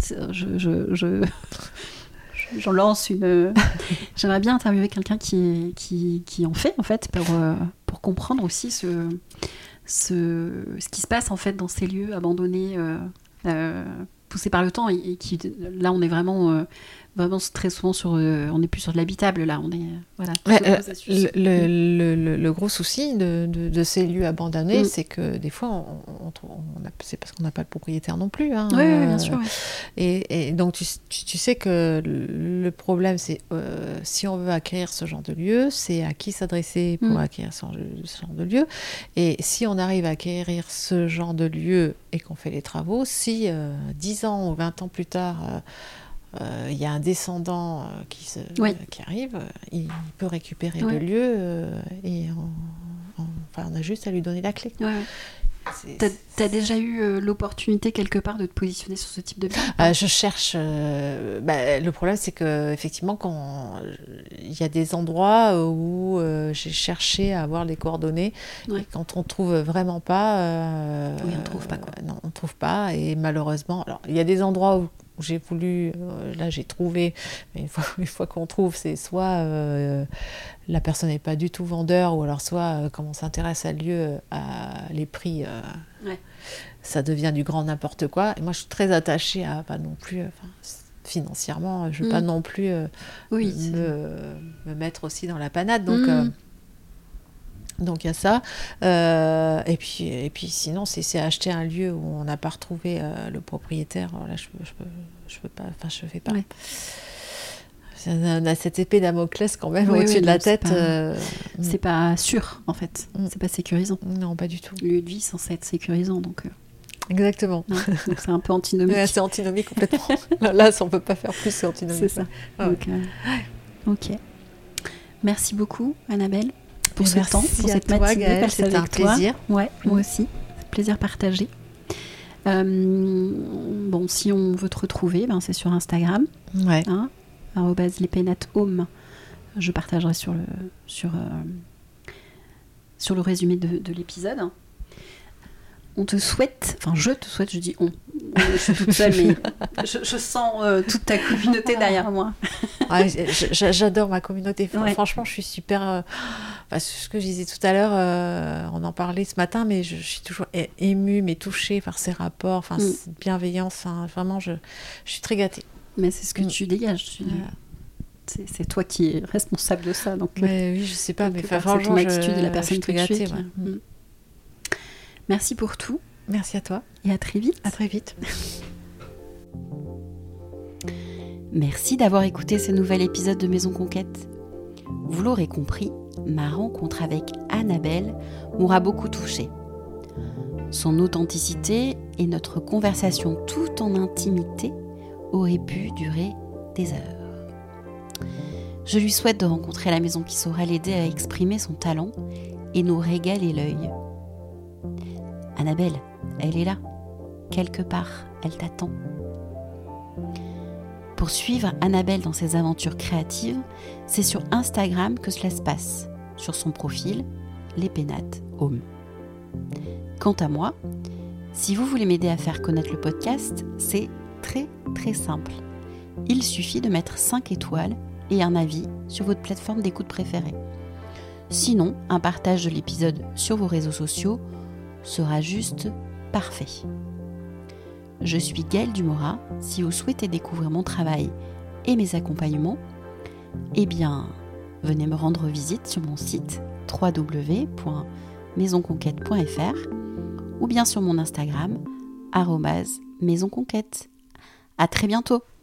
A: J'en lance une... J'aimerais bien interviewer quelqu'un qui en fait, en fait, pour comprendre aussi ce qui se passe, en fait, dans ces lieux abandonnés, poussés par le temps, et qui... Là, on est vraiment très souvent sur... on n'est plus sur de l'habitable, là. On est... Voilà.
B: Le gros souci de ces lieux abandonnés, c'est que des fois, c'est parce qu'on n'a pas le propriétaire non plus. Hein,
A: oui, bien sûr. Ouais.
B: Et donc, tu sais que le problème, c'est si on veut acquérir ce genre de lieu, c'est à qui s'adresser pour acquérir ce genre de lieu. Et si on arrive à acquérir ce genre de lieu et qu'on fait les travaux, si 10 ans ou 20 ans plus tard... il y a un descendant qui arrive, il peut récupérer le lieu et on a juste à lui donner la clé.
A: Ouais. T'as déjà eu l'opportunité quelque part de te positionner sur ce type de bien ?
B: Je cherche. Le problème, c'est que effectivement, il y a des endroits où j'ai cherché à avoir les coordonnées. Et quand on trouve vraiment pas,
A: on trouve pas quoi.
B: Non, on trouve pas. Et malheureusement, alors il y a des endroits où j'ai voulu, là j'ai trouvé, mais une fois qu'on trouve, c'est soit la personne n'est pas du tout vendeur, ou alors soit comme on s'intéresse à lieu, à les prix, ça devient du grand n'importe quoi. Et moi je suis très attachée à pas non plus, financièrement, je veux pas non plus me mettre aussi dans la panade, donc il y a ça, et puis sinon c'est acheter un lieu où on n'a pas retrouvé le propriétaire. Alors là je peux pas, je fais pas. On a cette épée Damoclès quand même au-dessus de la tête.
A: C'est pas sûr en fait, c'est pas sécurisant.
B: Non, pas du tout.
A: Le lieu de vie est censé être sécurisant, donc.
B: Exactement.
A: Donc c'est un peu antinomique.
B: Ouais, c'est antinomique complètement. Là, on peut pas faire plus, c'est antinomique.
A: C'est ça. Donc, ok. Merci beaucoup, Annabelle, pour ce temps, pour cette matinée passée avec toi.
B: Plaisir.
A: Ouais, moi aussi. Plaisir partagé. Bon, si on veut te retrouver, c'est sur Instagram.
B: Ouais.
A: @lespenathome. Je partagerai sur le résumé de l'épisode. On te souhaite, je te souhaite, je dis on. Je suis toute seule, mais je sens toute ta communauté derrière moi.
B: J'adore ma communauté. Franchement, je suis super... ce que je disais tout à l'heure, on en parlait ce matin, mais je suis toujours émue, mais touchée par ces rapports, cette bienveillance. Vraiment, je suis très gâtée.
A: Mais c'est ce que tu dégages. C'est toi qui es responsable de ça. Donc,
B: oui, je sais pas, mais franchement,
A: ton attitude et la personne
B: je suis
A: que tu es.
B: gâtée.
A: Merci pour tout.
B: Merci à toi.
A: Et à très vite.
B: À très vite.
A: Merci d'avoir écouté ce nouvel épisode de Maison Conquête. Vous l'aurez compris, ma rencontre avec Annabelle m'aura beaucoup touchée. Son authenticité et notre conversation tout en intimité auraient pu durer des heures. Je lui souhaite de rencontrer la maison qui saura l'aider à exprimer son talent et nous régaler l'œil. Annabelle, elle est là. Quelque part, elle t'attend. Pour suivre Annabelle dans ses aventures créatives, c'est sur Instagram que cela se passe, sur son profil, lespenathome. Quant à moi, si vous voulez m'aider à faire connaître le podcast, c'est très très simple. Il suffit de mettre 5 étoiles et un avis sur votre plateforme d'écoute préférée. Sinon, un partage de l'épisode sur vos réseaux sociaux sera juste parfait. Je suis Gaëlle Dumorat. Si vous souhaitez découvrir mon travail et mes accompagnements, venez me rendre visite sur mon site www.maisonconquête.fr ou bien sur mon Instagram @maisonconquête. À très bientôt.